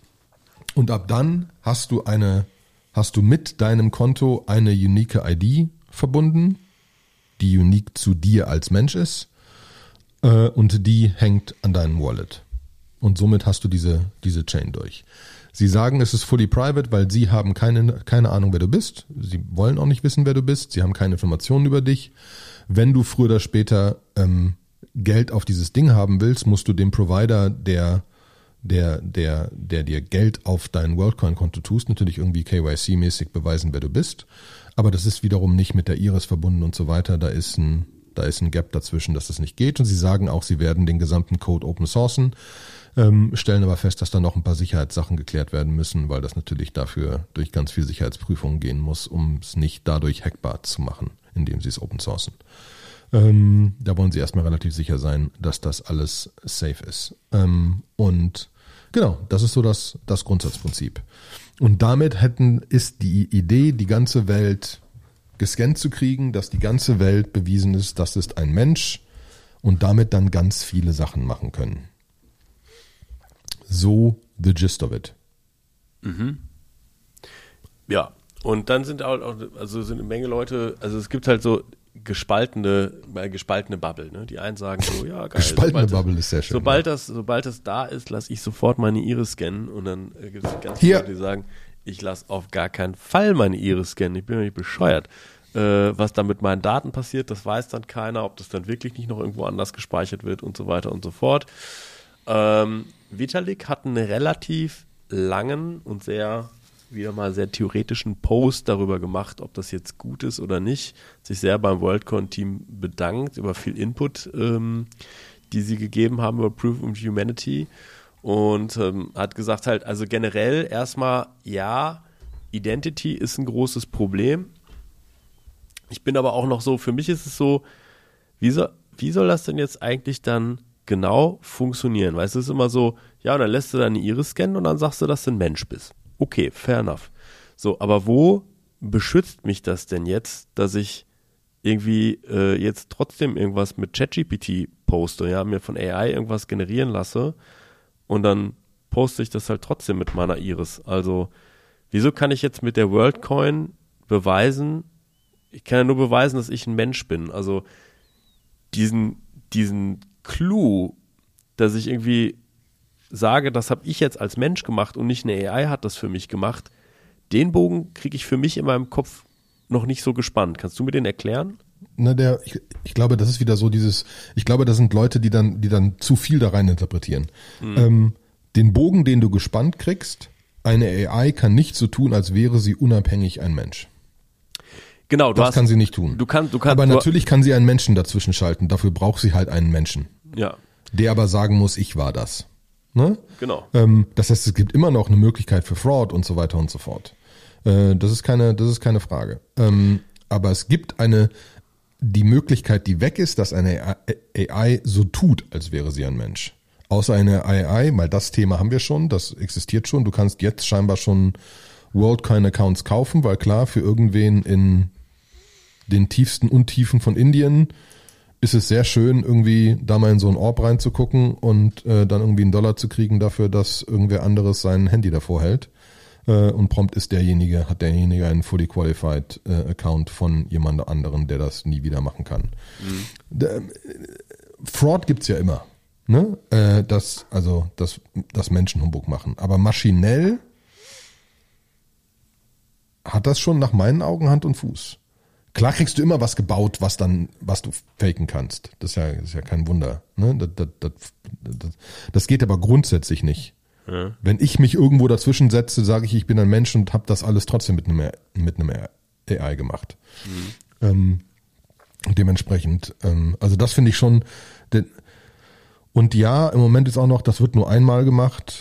und ab dann hast du eine, hast du mit deinem Konto eine unique I D verbunden, die unique zu dir als Mensch ist, äh, und die hängt an deinem Wallet. Und somit hast du diese, diese Chain durch. Sie sagen, es ist fully private, weil sie haben keine, keine Ahnung, wer du bist. Sie wollen auch nicht wissen, wer du bist. Sie haben keine Informationen über dich. Wenn du früher oder später ähm, Geld auf dieses Ding haben willst, musst du dem Provider, der, der, der, der dir Geld auf dein Worldcoin-Konto tust, natürlich irgendwie K Y C-mäßig beweisen, wer du bist. Aber das ist wiederum nicht mit der Iris verbunden und so weiter. Da ist ein, da ist ein Gap dazwischen, dass das nicht geht. Und sie sagen auch, sie werden den gesamten Code open sourcen, ähm, stellen aber fest, dass da noch ein paar Sicherheitssachen geklärt werden müssen, weil das natürlich dafür durch ganz viel Sicherheitsprüfungen gehen muss, um es nicht dadurch hackbar zu machen, indem sie es open sourcen. Ähm, da wollen sie erstmal relativ sicher sein, dass das alles safe ist. Ähm, und genau, das ist so das, das Grundsatzprinzip. Und damit hätten, ist die Idee, die ganze Welt gescannt zu kriegen, dass die ganze Welt bewiesen ist, das ist ein Mensch und damit dann ganz viele Sachen machen können. So the gist of it. Mhm. Ja, und dann sind auch, also sind eine Menge Leute, also es gibt halt so gespaltene, gespaltene Bubble, ne? Die einen sagen so, ja, geil. Gespaltene sobald Bubble das, ist sehr schön. Sobald ja. das, sobald das da ist, lasse ich sofort meine Iris scannen und dann äh, gibt es ganz Hier. viele, die sagen, ich lasse auf gar keinen Fall meine Iris scannen, ich bin ja nicht bescheuert. Äh, was dann mit meinen Daten passiert, das weiß dann keiner, ob das dann wirklich nicht noch irgendwo anders gespeichert wird und so weiter und so fort. Ähm, Vitalik hat einen relativ langen und sehr wieder mal sehr theoretischen Post darüber gemacht, ob das jetzt gut ist oder nicht. Sich sehr beim Worldcoin-Team bedankt, über viel Input, ähm, die sie gegeben haben über Proof of Humanity und ähm, hat gesagt halt, also generell erstmal, ja, Identity ist ein großes Problem. Ich bin aber auch noch so, für mich ist es so, wie soll, wie soll das denn jetzt eigentlich dann genau funktionieren? Weißt du, es ist immer so, ja, und dann lässt du deine Iris scannen und dann sagst du, dass du ein Mensch bist. Okay, fair enough. So, aber wo beschützt mich das denn jetzt, dass ich irgendwie äh, jetzt trotzdem irgendwas mit ChatGPT poste, ja, mir von A I irgendwas generieren lasse und dann poste ich das halt trotzdem mit meiner Iris. Also, wieso kann ich jetzt mit der WorldCoin beweisen, ich kann ja nur beweisen, dass ich ein Mensch bin. Also, diesen, diesen Clou, dass ich irgendwie sage, das habe ich jetzt als Mensch gemacht und nicht eine A I hat das für mich gemacht, den Bogen kriege ich für mich in meinem Kopf noch nicht so gespannt. Kannst du mir den erklären? Na, der, ich, ich glaube, das ist wieder so dieses, ich glaube, das sind Leute, die dann, die dann zu viel da rein interpretieren. Mhm. Ähm, den Bogen, den du gespannt kriegst, eine A I kann nicht so tun, als wäre sie unabhängig ein Mensch. Genau, du das hast, kann sie nicht tun. Du kannst, du kannst, aber du, natürlich kann sie einen Menschen dazwischen schalten. Dafür braucht sie halt einen Menschen. Ja. Der aber sagen muss, ich war das. Ne? Genau. Ähm, das heißt, es gibt immer noch eine Möglichkeit für Fraud und so weiter und so fort. Äh, das ist keine, das ist keine Frage. Ähm, aber es gibt eine, die Möglichkeit, die weg ist, dass eine A I so tut, als wäre sie ein Mensch. Außer eine A I, mal das Thema haben wir schon, das existiert schon. Du kannst jetzt scheinbar schon WorldCoin-Accounts kaufen, weil klar, für irgendwen in den tiefsten Untiefen von Indien ist es sehr schön, irgendwie da mal in so einen Orb reinzugucken und äh, dann irgendwie einen Dollar zu kriegen dafür, dass irgendwer anderes sein Handy davor hält. Äh, und prompt ist derjenige, hat derjenige einen fully qualified äh, Account von jemand anderen, der das nie wieder machen kann. Mhm. Der, äh, Fraud gibt's ja immer. Ne? Äh, das, also das, das Menschenhumbug machen. Aber maschinell hat das schon nach meinen Augen Hand und Fuß. Klar kriegst du immer was gebaut, was dann, was du faken kannst. Das ist ja, das ist ja kein Wunder. Ne? Das, das, das, das, das geht aber grundsätzlich nicht. Ja. Wenn ich mich irgendwo dazwischen setze, sage ich, ich bin ein Mensch und habe das alles trotzdem mit einem, mit einem A I gemacht. Mhm. Ähm, dementsprechend, ähm, also das finde ich schon. Den, und ja, im Moment ist auch noch, das wird nur einmal gemacht.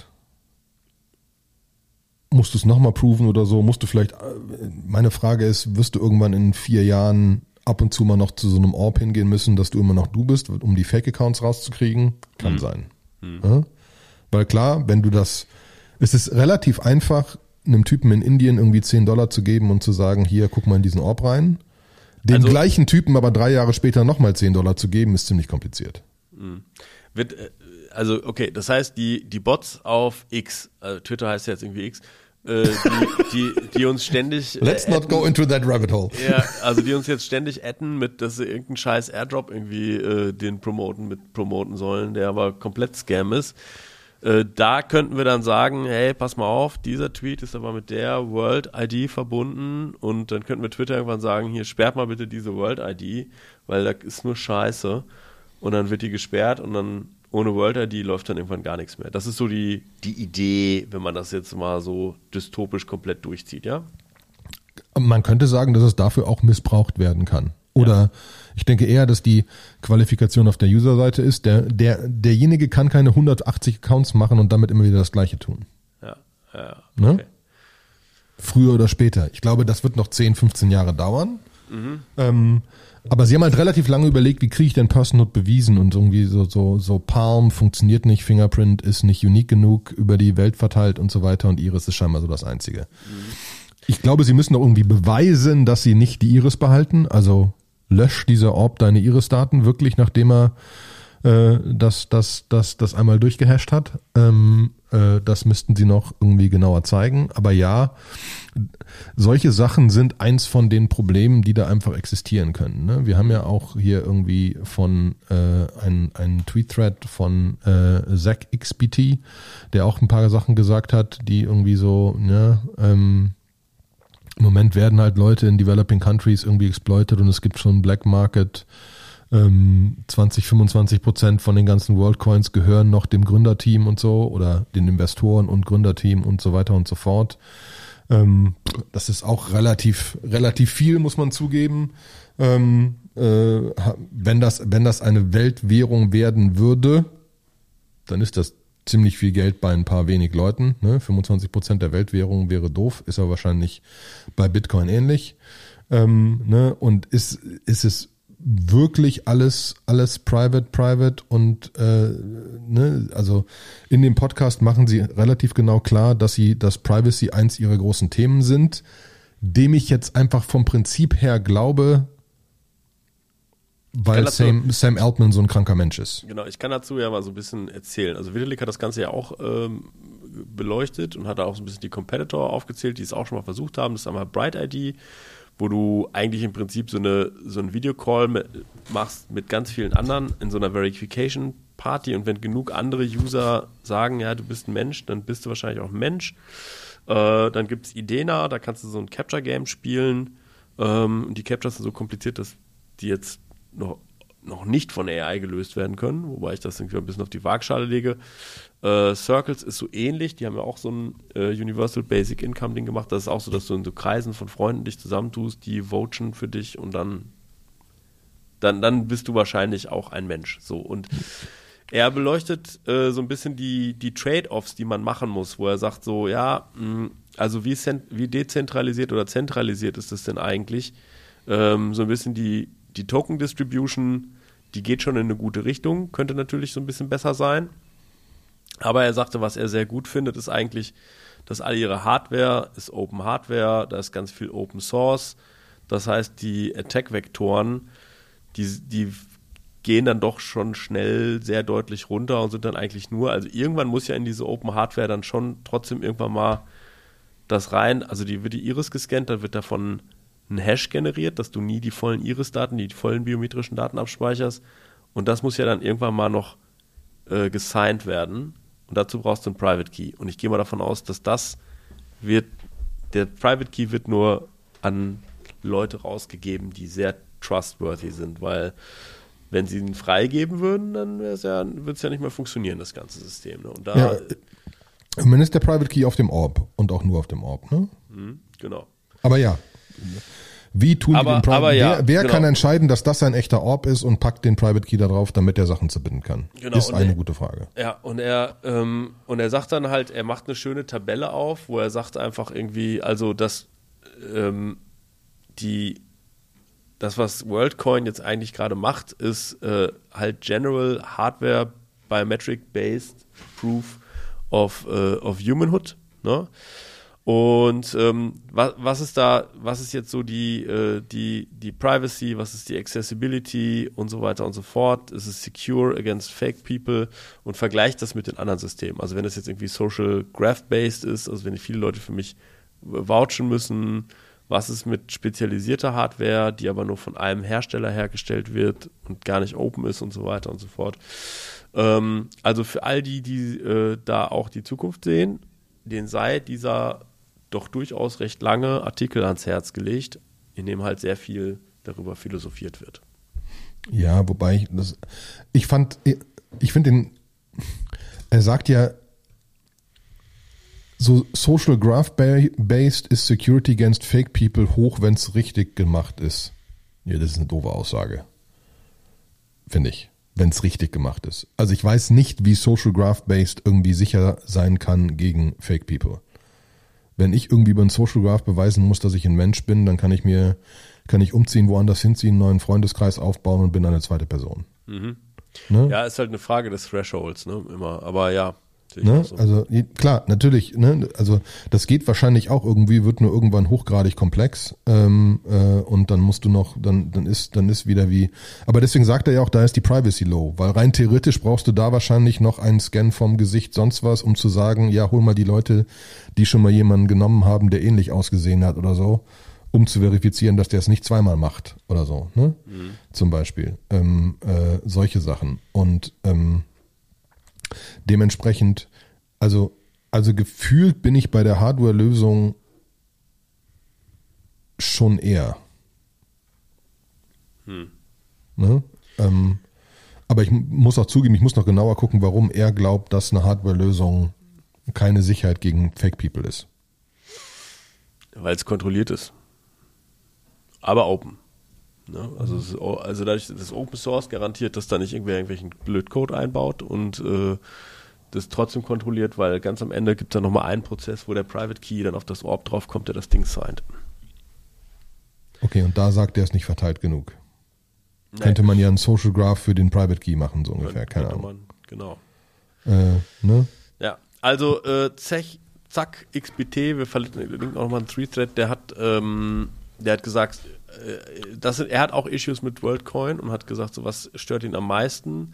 Musst du es nochmal proven oder so? Musst du vielleicht, meine Frage ist, wirst du irgendwann in vier Jahren ab und zu mal noch zu so einem Orb hingehen müssen, dass du immer noch du bist, um die Fake-Accounts rauszukriegen? Kann mhm. sein. Mhm. Ja? Weil klar, wenn du das, es ist relativ einfach, einem Typen in Indien irgendwie zehn Dollar zu geben und zu sagen, hier, guck mal in diesen Orb rein. Den also, gleichen Typen aber drei Jahre später nochmal zehn Dollar zu geben, ist ziemlich kompliziert. Mhm. Wird, also okay, das heißt, die, die Bots auf X, also Twitter heißt ja jetzt irgendwie X, äh, die, die, die uns ständig... Let's äh, not go into that rabbit hole. Ja, also die uns jetzt ständig adden mit, dass sie irgendeinen scheiß Airdrop irgendwie äh, den promoten, mit promoten sollen, der aber komplett Scam ist. Äh, da könnten wir dann sagen, hey, pass mal auf, dieser Tweet ist aber mit der World I D verbunden und dann könnten wir Twitter irgendwann sagen, hier, sperrt mal bitte diese World I D, weil da ist nur Scheiße. Und dann wird die gesperrt und dann ohne World I D läuft dann irgendwann gar nichts mehr. Das ist so die, die Idee, wenn man das jetzt mal so dystopisch komplett durchzieht, ja? Man könnte sagen, dass es dafür auch missbraucht werden kann. Oder ja. Ich denke eher, dass die Qualifikation auf der User-Seite ist, der, der, derjenige kann keine hundertachtzig Accounts machen und damit immer wieder das Gleiche tun. Ja, ja, okay. Ne? Früher oder später. Ich glaube, das wird noch zehn, fünfzehn Jahre dauern. Mhm. Ähm, aber sie haben halt relativ lange überlegt, wie kriege ich denn Personhood bewiesen und irgendwie so, so, so Palm funktioniert nicht, Fingerprint ist nicht unique genug, über die Welt verteilt und so weiter und Iris ist scheinbar so das Einzige. Mhm. Ich glaube, sie müssen doch irgendwie beweisen, dass sie nicht die Iris behalten, also lösch dieser Orb deine Iris-Daten wirklich, nachdem er äh, das, das, das, das einmal durchgehasht hat. Ähm, äh, das müssten sie noch irgendwie genauer zeigen. Aber ja, solche Sachen sind eins von den Problemen, die da einfach existieren können. Ne? Wir haben ja auch hier irgendwie von äh, einen, einen Tweet-Thread von äh, Zach X B T, der auch ein paar Sachen gesagt hat, die irgendwie so, ne, ähm, im Moment werden halt Leute in Developing Countries irgendwie exploited und es gibt schon Black Market. Ähm, zwanzig, fünfundzwanzig Prozent von den ganzen WorldCoins gehören noch dem Gründerteam und so oder den Investoren und Gründerteam und so weiter und so fort. Ähm, das ist auch relativ, relativ viel, muss man zugeben. Ähm, äh, wenn das, wenn das eine Weltwährung werden würde, dann ist das ziemlich viel Geld bei ein paar wenig Leuten. Ne? fünfundzwanzig Prozent der Weltwährung wäre doof, ist aber wahrscheinlich bei Bitcoin ähnlich. Ähm, ne? Und ist, ist es wirklich alles, alles private, private und äh, ne? Also in dem Podcast machen sie relativ genau klar, dass sie, dass Privacy eins ihrer großen Themen sind, dem ich jetzt einfach vom Prinzip her glaube, weil Sam, Sam Altman so ein kranker Mensch ist. Genau, ich kann dazu ja mal so ein bisschen erzählen. Also Vitalik hat das Ganze ja auch ähm, beleuchtet und hat da auch so ein bisschen die Competitor aufgezählt, die es auch schon mal versucht haben. Das ist einmal Bright I D, wo du eigentlich im Prinzip so eine so einen Videocall mit, machst mit ganz vielen anderen in so einer Verification Party, und wenn genug andere User sagen, ja, du bist ein Mensch, dann bist du wahrscheinlich auch ein Mensch. Äh, dann gibt es Idena, da kannst du so ein Capture-Game spielen. Ähm, die Captures sind so kompliziert, dass die jetzt noch, noch nicht von A I gelöst werden können, wobei ich das irgendwie ein bisschen auf die Waagschale lege. Äh, Circles ist so ähnlich, die haben ja auch so ein äh, Universal Basic Income Ding gemacht. Das ist auch so, dass du in so Kreisen von Freunden dich zusammentust, die voten für dich, und dann, dann, dann bist du wahrscheinlich auch ein Mensch. So, und er beleuchtet äh, so ein bisschen die, die Trade-offs, die man machen muss, wo er sagt so, ja, mh, also wie, cent- wie dezentralisiert oder zentralisiert ist das denn eigentlich? Ähm, so ein bisschen die, die Token-Distribution, die geht schon in eine gute Richtung, könnte natürlich so ein bisschen besser sein. Aber er sagte, was er sehr gut findet, ist eigentlich, dass all ihre Hardware ist Open Hardware, da ist ganz viel Open Source. Das heißt, die Attack-Vektoren, die, die gehen dann doch schon schnell sehr deutlich runter und sind dann eigentlich nur, also irgendwann muss ja in diese Open Hardware dann schon trotzdem irgendwann mal das rein, also die wird die Iris gescannt, dann wird davon ein Hash generiert, dass du nie die vollen Iris-Daten, die vollen biometrischen Daten abspeicherst, und das muss ja dann irgendwann mal noch äh, gesigned werden, und dazu brauchst du einen Private Key, und ich gehe mal davon aus, dass das wird, der Private Key wird nur an Leute rausgegeben, die sehr trustworthy sind, weil wenn sie ihn freigeben würden, dann ja, würde es ja nicht mehr funktionieren, das ganze System. Ne? Und da, ja, zumindest der Private Key auf dem Orb und auch nur auf dem Orb. Ne? Mh, genau. Aber ja, wie tun aber, die den Private aber Key? ja, wer wer genau. kann entscheiden, dass das ein echter Orb ist und packt den Private Key da drauf, damit er Sachen zerbinden kann? Genau, ist eine er, gute Frage. Ja, und er, ähm, und er sagt dann halt, er macht eine schöne Tabelle auf, wo er sagt einfach irgendwie, also dass ähm, die das, was WorldCoin jetzt eigentlich gerade macht, ist äh, halt General Hardware Biometric Based Proof of, äh, of Humanhood. Ne? Und ähm, was, was ist da, was ist jetzt so die, äh, die, die Privacy, was ist die Accessibility und so weiter und so fort? Es ist secure against fake people, und vergleicht das mit den anderen Systemen. Also wenn das jetzt irgendwie Social Graph Based ist, also wenn viele Leute für mich vouchen müssen, was ist mit spezialisierter Hardware, die aber nur von einem Hersteller hergestellt wird und gar nicht open ist und so weiter und so fort. Ähm, also für all die, die äh, da auch die Zukunft sehen, denen sei dieser doch durchaus recht lange Artikel ans Herz gelegt, in dem halt sehr viel darüber philosophiert wird. Ja, wobei ich das, ich fand, ich finde den, er sagt ja, so Social Graph Based ist Security against Fake People hoch, wenn es richtig gemacht ist. Ja, das ist eine doofe Aussage. Finde ich. Wenn es richtig gemacht ist. Also ich weiß nicht, wie Social Graph Based irgendwie sicher sein kann gegen Fake People. Wenn ich irgendwie über einen Social Graph beweisen muss, dass ich ein Mensch bin, dann kann ich mir, kann ich umziehen, woanders hinziehen, einen neuen Freundeskreis aufbauen und bin eine zweite Person. Mhm. Ne? Ja, ist halt eine Frage des Thresholds, ne, immer. Aber ja. Ne? So. Also klar, natürlich, ne? Also das geht wahrscheinlich auch irgendwie, wird nur irgendwann hochgradig komplex ähm, äh, und dann musst du noch, dann dann ist dann ist wieder wie, aber deswegen sagt er ja auch, da ist die Privacy low, weil rein theoretisch brauchst du da wahrscheinlich noch einen Scan vom Gesicht, sonst was, um zu sagen, ja, hol mal die Leute, die schon mal jemanden genommen haben, der ähnlich ausgesehen hat oder so, um zu verifizieren, dass der es nicht zweimal macht oder so, ne? Mhm. Zum Beispiel ähm, äh, solche Sachen und ähm, dementsprechend, also, also gefühlt bin ich bei der Hardware-Lösung schon eher. Hm. Ne? Ähm, aber ich muss auch zugeben, ich muss noch genauer gucken, warum er glaubt, dass eine Hardware-Lösung keine Sicherheit gegen Fake People ist. Weil es kontrolliert ist. Aber open. Ne? Also, es ist, also dadurch, dass Open Source garantiert, dass da nicht irgendwer irgendwelchen Blödcode einbaut und äh, das trotzdem kontrolliert, weil ganz am Ende gibt es dann nochmal einen Prozess, wo der Private Key dann auf das Orb drauf kommt, der das Ding signed. Okay, und da sagt er, es nicht verteilt genug. Nee. Könnte man ja einen Social Graph für den Private Key machen, so ungefähr, keine Ahnung. Man, genau. Äh, ne? Ja, also äh, Zech, Zack, X B T, wir verlinken auch nochmal einen Three-Thread, der hat, ähm, der hat gesagt, Das sind, er hat auch Issues mit WorldCoin und hat gesagt, so was stört ihn am meisten,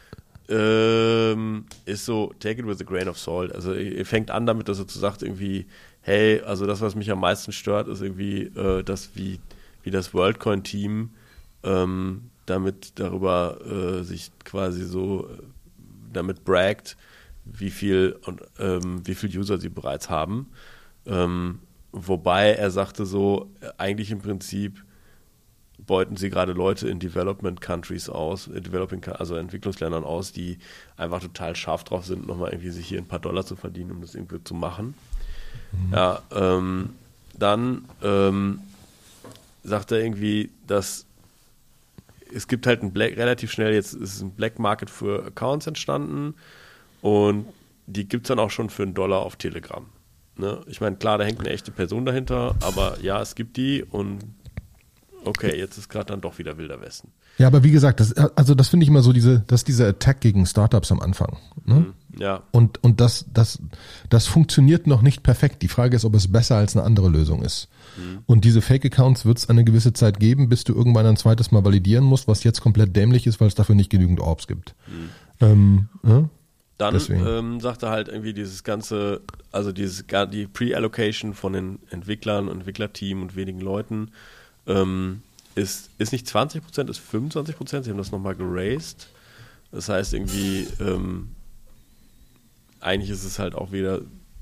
ähm, ist so, take it with a grain of salt. Also er fängt an damit, dass er so sagt irgendwie, hey, also das, was mich am meisten stört, ist irgendwie, äh, dass wie, wie das WorldCoin-Team ähm, damit darüber äh, sich quasi so äh, damit braggt, wie viel und ähm, wie viel User sie bereits haben. Ähm, wobei er sagte so, eigentlich im Prinzip beuten sie gerade Leute in Development Countries aus, in Developing, also Entwicklungsländern aus, die einfach total scharf drauf sind, nochmal irgendwie sich hier ein paar Dollar zu verdienen, um das irgendwie zu machen. Mhm. Ja, ähm, dann ähm, sagt er irgendwie, dass es gibt halt ein Black, relativ schnell jetzt ist ein Black Market für Accounts entstanden und die gibt es dann auch schon für einen Dollar auf Telegram. Ne? Ich meine, klar, da hängt eine echte Person dahinter, aber ja, es gibt die und okay, jetzt ist gerade dann doch wieder Wilder Westen. Ja, aber wie gesagt, das, also das finde ich immer so diese, das ist dieser Attack gegen Startups am Anfang. Ne? Mhm, ja. Und, und das, das, das funktioniert noch nicht perfekt. Die Frage ist, ob es besser als eine andere Lösung ist. Mhm. Und diese Fake-Accounts wird es eine gewisse Zeit geben, bis du irgendwann ein zweites Mal validieren musst, was jetzt komplett dämlich ist, weil es dafür nicht genügend Orbs gibt. Mhm. Ähm, ja? Dann ähm, sagt er halt irgendwie dieses ganze, also dieses, die Pre-Allocation von den Entwicklern und Entwicklerteam und wenigen Leuten, Ähm, ist, ist nicht zwanzig Prozent, ist fünfundzwanzig Prozent. Sie haben das nochmal geraced. Das heißt irgendwie, ähm, eigentlich ist es halt auch wieder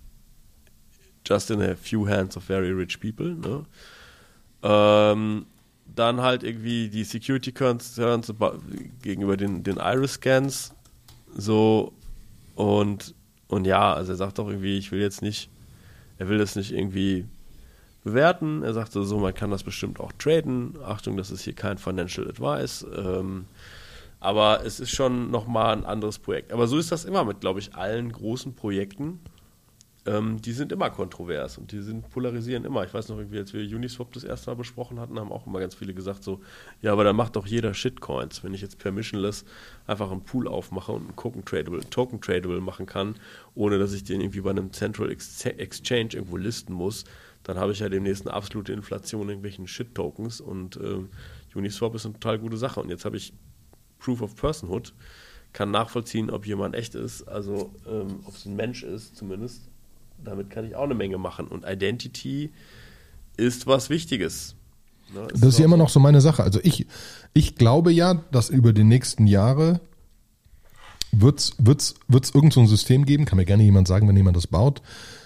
just in a few hands of very rich people. Ne? Ähm, dann halt irgendwie die Security Concerns gegenüber den, den Iris-Scans. So und, und ja, also er sagt auch irgendwie, ich will jetzt nicht, er will das nicht irgendwie bewerten. Er sagte so, man kann das bestimmt auch traden. Achtung, das ist hier kein Financial Advice. Ähm, aber es ist schon nochmal ein anderes Projekt. Aber so ist das immer mit, glaube ich, allen großen Projekten. Ähm, die sind immer kontrovers und die sind polarisieren immer. Ich weiß noch, irgendwie, als wir Uniswap das erste Mal besprochen hatten, haben auch immer ganz viele gesagt so, ja, aber da macht doch jeder Shitcoins. Wenn ich jetzt permissionless einfach einen Pool aufmache und einen Token tradable, Token tradable machen kann, ohne dass ich den irgendwie bei einem Central Exchange irgendwo listen muss, dann habe ich ja demnächst eine absolute Inflation in irgendwelchen Shit-Tokens und äh, Uniswap ist eine total gute Sache. Und jetzt habe ich Proof of Personhood, kann nachvollziehen, ob jemand echt ist, also ähm, ob es ein Mensch ist zumindest. Damit kann ich auch eine Menge machen. Und Identity ist was Wichtiges. Ne? Das ist ja immer noch so meine Sache. Also ich, ich glaube ja, dass über die nächsten Jahre wird's, wird's, wird's irgend so ein System geben, kann mir gerne jemand sagen, wenn jemand das baut.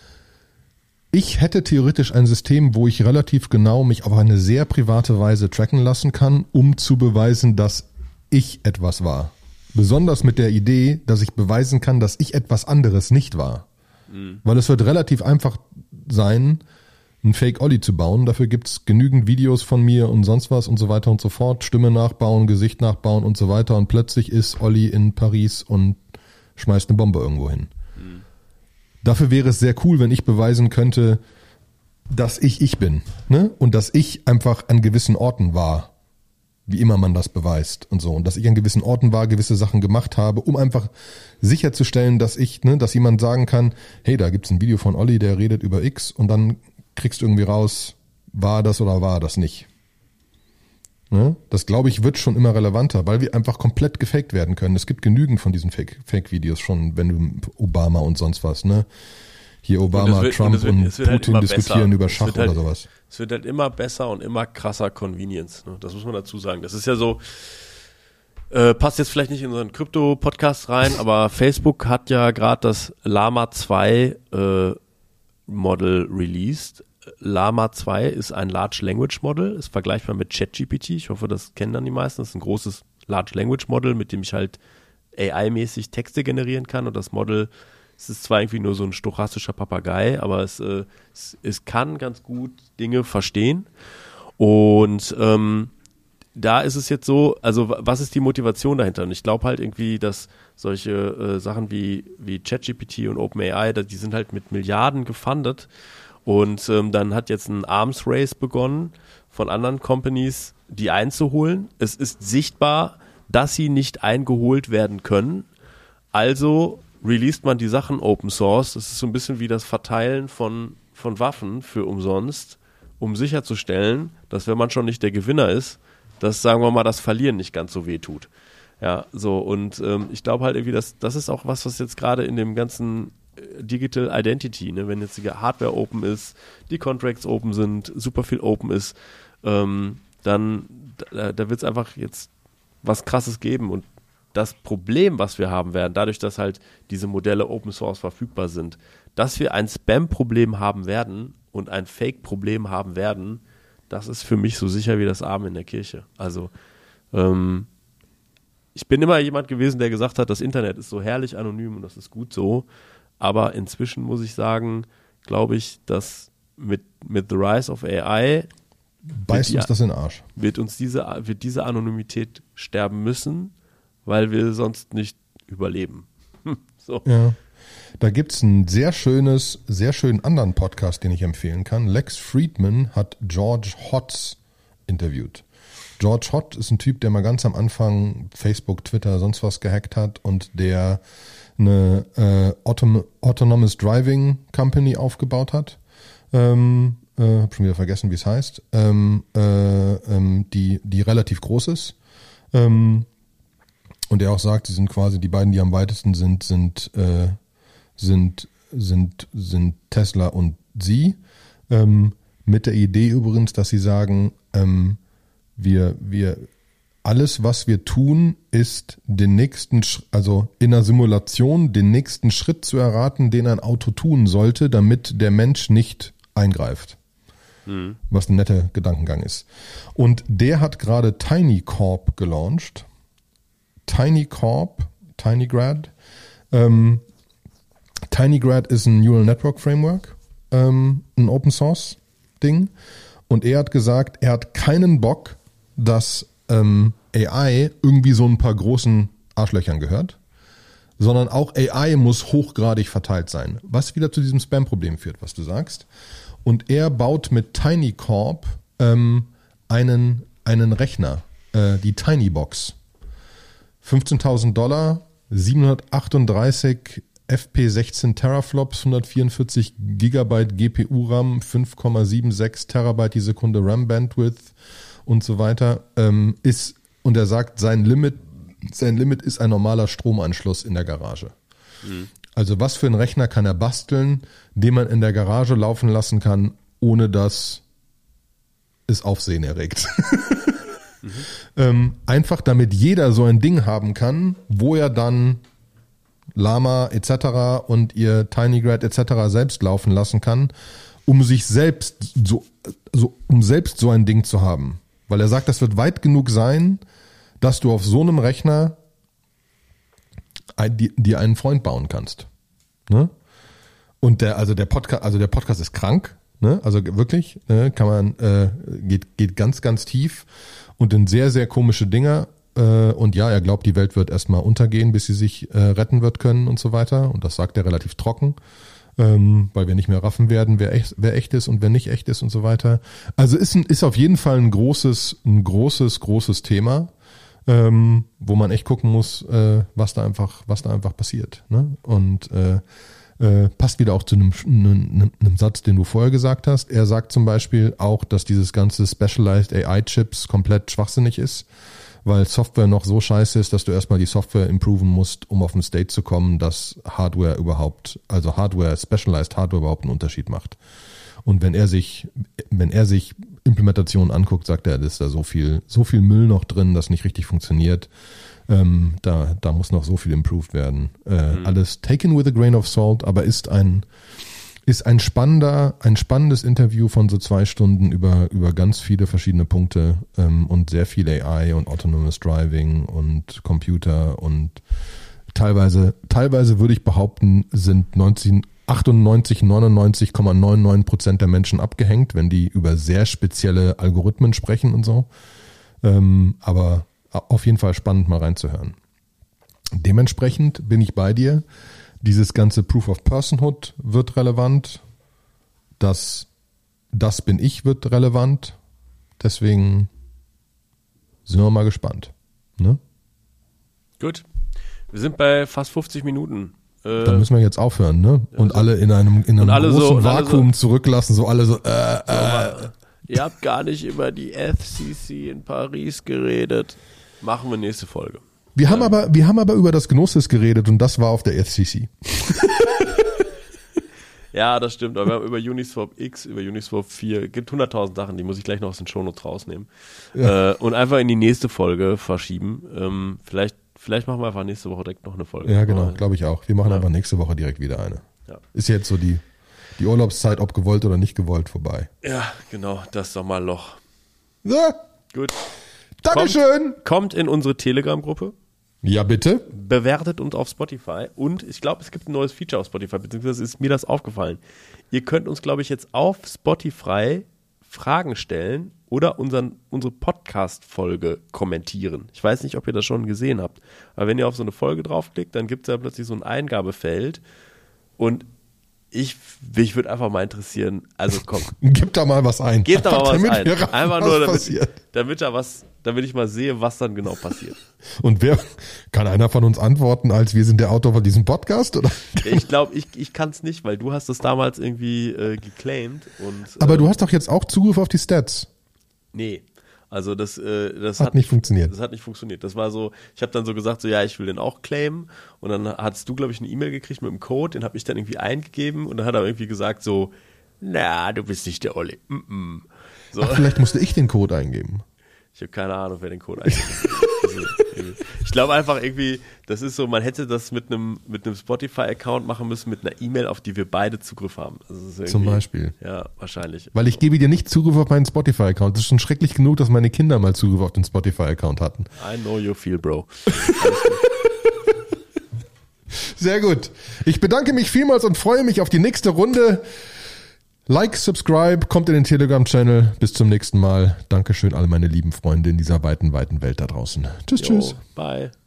Ich hätte theoretisch ein System, wo ich relativ genau mich auf eine sehr private Weise tracken lassen kann, um zu beweisen, dass ich etwas war. Besonders mit der Idee, dass ich beweisen kann, dass ich etwas anderes nicht war. Mhm. Weil es wird relativ einfach sein, einen Fake-Olli zu bauen. Dafür gibt es genügend Videos von mir und sonst was und so weiter und so fort. Stimme nachbauen, Gesicht nachbauen und so weiter. Und plötzlich ist Olli in Paris und schmeißt eine Bombe irgendwo hin. Mhm. Dafür wäre es sehr cool, wenn ich beweisen könnte, dass ich ich bin, ne? Und dass ich einfach an gewissen Orten war, wie immer man das beweist und so. Und dass ich an gewissen Orten war, gewisse Sachen gemacht habe, um einfach sicherzustellen, dass ich, ne, dass jemand sagen kann, hey, da gibt's ein Video von Olli, der redet über X und dann kriegst du irgendwie raus, war das oder war das nicht. Ne? Das, glaube ich, wird schon immer relevanter, weil wir einfach komplett gefaked werden können. Es gibt genügend von diesen Fake, Fake-Videos schon, wenn du Obama und sonst was, ne? Hier Obama, wird, Trump und, wird, und Putin halt diskutieren besser. Über Schach oder halt, sowas. Es wird halt immer besser und immer krasser Convenience. Ne? Das muss man dazu sagen. Das ist ja so, äh, passt jetzt vielleicht nicht in unseren Krypto-Podcast rein, aber Facebook hat ja gerade das Llama zwei äh, Model released. Llama zwei ist ein Large Language Model, ist vergleichbar mit ChatGPT. Ich hoffe, das kennen dann die meisten. Das ist ein großes Large Language Model, mit dem ich halt A I-mäßig Texte generieren kann. Und das Model, es ist zwar irgendwie nur so ein stochastischer Papagei, aber es, äh, es, es kann ganz gut Dinge verstehen. Und ähm, da ist es jetzt so, also was ist die Motivation dahinter? Und ich glaube halt irgendwie, dass solche äh, Sachen wie, wie ChatGPT und OpenAI, die sind halt mit Milliarden gefundet und ähm, dann hat jetzt ein Arms Race begonnen von anderen Companies, die einzuholen. Es ist sichtbar, dass sie nicht eingeholt werden können. Also released man die Sachen Open Source. Das ist so ein bisschen wie das Verteilen von, von Waffen für umsonst, um sicherzustellen, dass wenn man schon nicht der Gewinner ist, dass, sagen wir mal, das Verlieren nicht ganz so weh tut. Ja, so, und ähm, ich glaube halt irgendwie, dass das ist auch was, was jetzt gerade in dem ganzen äh, Digital Identity, ne, wenn jetzt die Hardware open ist, die Contracts open sind, super viel open ist, ähm, dann da, da wird es einfach jetzt was Krasses geben. Und das Problem, was wir haben werden, dadurch, dass halt diese Modelle Open Source verfügbar sind, dass wir ein Spam-Problem haben werden und ein Fake-Problem haben werden, das ist für mich so sicher wie das Amen in der Kirche. Also ähm, ich bin immer jemand gewesen, der gesagt hat, das Internet ist so herrlich anonym und das ist gut so. Aber inzwischen muss ich sagen, glaube ich, dass mit, mit The Rise of A I beißt uns das in den Arsch. Wird uns diese, wird diese Anonymität sterben müssen, weil wir sonst nicht überleben. Hm, so. Ja. Da gibt es einen sehr schönes, sehr schönen anderen Podcast, den ich empfehlen kann. Lex Friedman hat George Hotz interviewt. George Hotz ist ein Typ, der mal ganz am Anfang Facebook, Twitter, sonst was gehackt hat und der eine äh, Autom- Autonomous Driving Company aufgebaut hat. Ähm, äh, hab schon wieder vergessen, wie es heißt. Ähm, äh, ähm, die, die relativ groß ist. Ähm, und er auch sagt, sie sind quasi die beiden, die am weitesten sind, sind äh, sind sind sind Tesla und sie, ähm, mit der Idee übrigens, dass sie sagen, ähm, wir wir alles, was wir tun, ist den nächsten, also in einer Simulation den nächsten Schritt zu erraten, den ein Auto tun sollte, damit der Mensch nicht eingreift. Mhm. Was ein netter Gedankengang ist. Und der hat gerade TinyCorp gelauncht. TinyCorp, TinyGrad. Ähm, TinyGrad ist ein Neural Network Framework, ähm, ein Open Source Ding. Und er hat gesagt, er hat keinen Bock, dass ähm, A I irgendwie so ein paar großen Arschlöchern gehört, sondern auch A I muss hochgradig verteilt sein, was wieder zu diesem Spam-Problem führt, was du sagst. Und er baut mit TinyCorp ähm, einen, einen Rechner, äh, die TinyBox. fünfzehntausend Dollar, siebenhundertachtunddreißig F P sechzehn Teraflops, hundertvierundvierzig Gigabyte G P U-RAM, fünf Komma sechsundsiebzig Terabyte die Sekunde RAM-Bandwidth und so weiter, ähm, ist, und er sagt, sein Limit, sein Limit ist ein normaler Stromanschluss in der Garage. Mhm. Also was für einen Rechner kann er basteln, den man in der Garage laufen lassen kann, ohne dass es Aufsehen erregt. mhm. ähm, einfach damit jeder so ein Ding haben kann, wo er dann Llama et cetera und ihr TinyGrad et cetera selbst laufen lassen kann, um sich selbst so, so, um selbst so ein Ding zu haben. Weil er sagt, das wird weit genug sein, dass du auf so einem Rechner ein, die, dir einen Freund bauen kannst. Ne? Und der, also der Podcast, also der Podcast ist krank, ne? Also wirklich, ne? Kann man, äh, geht, geht ganz, ganz tief und in sehr, sehr komische Dinger. Und ja, er glaubt, die Welt wird erstmal untergehen, bis sie sich äh, retten wird können und so weiter. Und das sagt er relativ trocken, ähm, weil wir nicht mehr raffen werden, wer echt, wer echt ist und wer nicht echt ist und so weiter. Also ist, ein, ist auf jeden Fall ein großes, ein großes, großes Thema, ähm, wo man echt gucken muss, äh, was da einfach, was da einfach passiert. Ne? Und äh, äh, passt wieder auch zu einem, einem, einem Satz, den du vorher gesagt hast. Er sagt zum Beispiel auch, dass dieses ganze Specialized A I-Chips komplett schwachsinnig ist, weil Software noch so scheiße ist, dass du erstmal die Software improven musst, um auf ein State zu kommen, dass Hardware überhaupt, also Hardware, Specialized Hardware überhaupt einen Unterschied macht. Und wenn er sich, wenn er sich Implementationen anguckt, sagt er, ist da so viel, so viel Müll noch drin, das nicht richtig funktioniert. Ähm, da, da muss noch so viel improved werden. Äh, mhm. Alles taken with a grain of salt, aber ist ein, ist ein spannender, ein spannendes Interview von so zwei Stunden über, über ganz viele verschiedene Punkte, ähm, und sehr viel A I und Autonomous Driving und Computer und teilweise, teilweise würde ich behaupten, sind neunzehnhundertachtundneunzig, neunundneunzig Komma neunundneunzig Prozent der Menschen abgehängt, wenn die über sehr spezielle Algorithmen sprechen und so. Ähm, aber auf jeden Fall spannend mal reinzuhören. Dementsprechend bin ich bei dir. Dieses ganze Proof of Personhood wird relevant. Das, das bin ich wird relevant. Deswegen sind wir mal gespannt. Ne? Gut. Wir sind bei fast fünfzig Minuten. Äh, da müssen wir jetzt aufhören, ne? Und also, alle in einem, in einem großen so, Vakuum so, zurücklassen, so alle so, äh, so äh. Ihr habt gar nicht über die F C C in Paris geredet. Machen wir nächste Folge. Wir haben aber, wir haben aber über das Gnosis geredet und das war auf der F C C. Ja, das stimmt. Aber wir haben über Uniswap X, über Uniswap vier, gibt hunderttausend Sachen, die muss ich gleich noch aus den Shownotes rausnehmen. Ja. Äh, und einfach in die nächste Folge verschieben. Ähm, vielleicht, vielleicht machen wir einfach nächste Woche direkt noch eine Folge. Ja, genau, glaube ich auch. Wir machen ja. einfach nächste Woche direkt wieder eine. Ja. Ist jetzt so die, die Urlaubszeit, ob gewollt oder nicht gewollt, vorbei. Ja, genau, das Sommerloch. Ja. Gut. Dankeschön. Kommt, kommt in unsere Telegram-Gruppe. Ja, bitte. Bewertet uns auf Spotify. Und ich glaube, es gibt ein neues Feature auf Spotify, beziehungsweise ist mir das aufgefallen. Ihr könnt uns, glaube ich, jetzt auf Spotify Fragen stellen oder unseren, unsere Podcast-Folge kommentieren. Ich weiß nicht, ob ihr das schon gesehen habt. Aber wenn ihr auf so eine Folge draufklickt, dann gibt es ja plötzlich so ein Eingabefeld. Und ich, mich würde einfach mal interessieren, also komm. Gib da mal was ein. Gib da mal was damit ein. Raffen, Einfach was nur, damit, passiert. damit, da was, damit ich mal sehe, was dann genau passiert. Und wer, kann einer von uns antworten, als wir sind der Autor von diesem Podcast? Oder? Ich glaube, ich, ich kann es nicht, weil du hast es damals irgendwie äh, geclaimed. Und, Aber äh, du hast doch jetzt auch Zugriff auf die Stats. Nee. Also das, äh, das hat, hat nicht funktioniert. Das hat nicht funktioniert. Das war so, ich habe dann so gesagt, so ja, ich will den auch claimen. Und dann hattest du, glaube ich, eine E-Mail gekriegt mit dem Code, den habe ich dann irgendwie eingegeben und dann hat er irgendwie gesagt so, na, du bist nicht der Olli. Mm-mm. So. Ach, vielleicht musste ich den Code eingeben. Ich habe keine Ahnung, wer den Code eingegeben hat. Also, ich glaube einfach irgendwie, das ist so, man hätte das mit einem mit einem Spotify-Account machen müssen, mit einer E-Mail, auf die wir beide Zugriff haben. Also zum Beispiel. Ja, wahrscheinlich. Weil ich gebe dir nicht Zugriff auf meinen Spotify-Account. Das ist schon schrecklich genug, dass meine Kinder mal Zugriff auf den Spotify-Account hatten. I know you feel, bro. Sehr gut. Ich bedanke mich vielmals und freue mich auf die nächste Runde. Like, subscribe, kommt in den Telegram-Channel. Bis zum nächsten Mal. Dankeschön, all meine lieben Freunde in dieser weiten, weiten Welt da draußen. Tschüss, Yo, tschüss. Bye.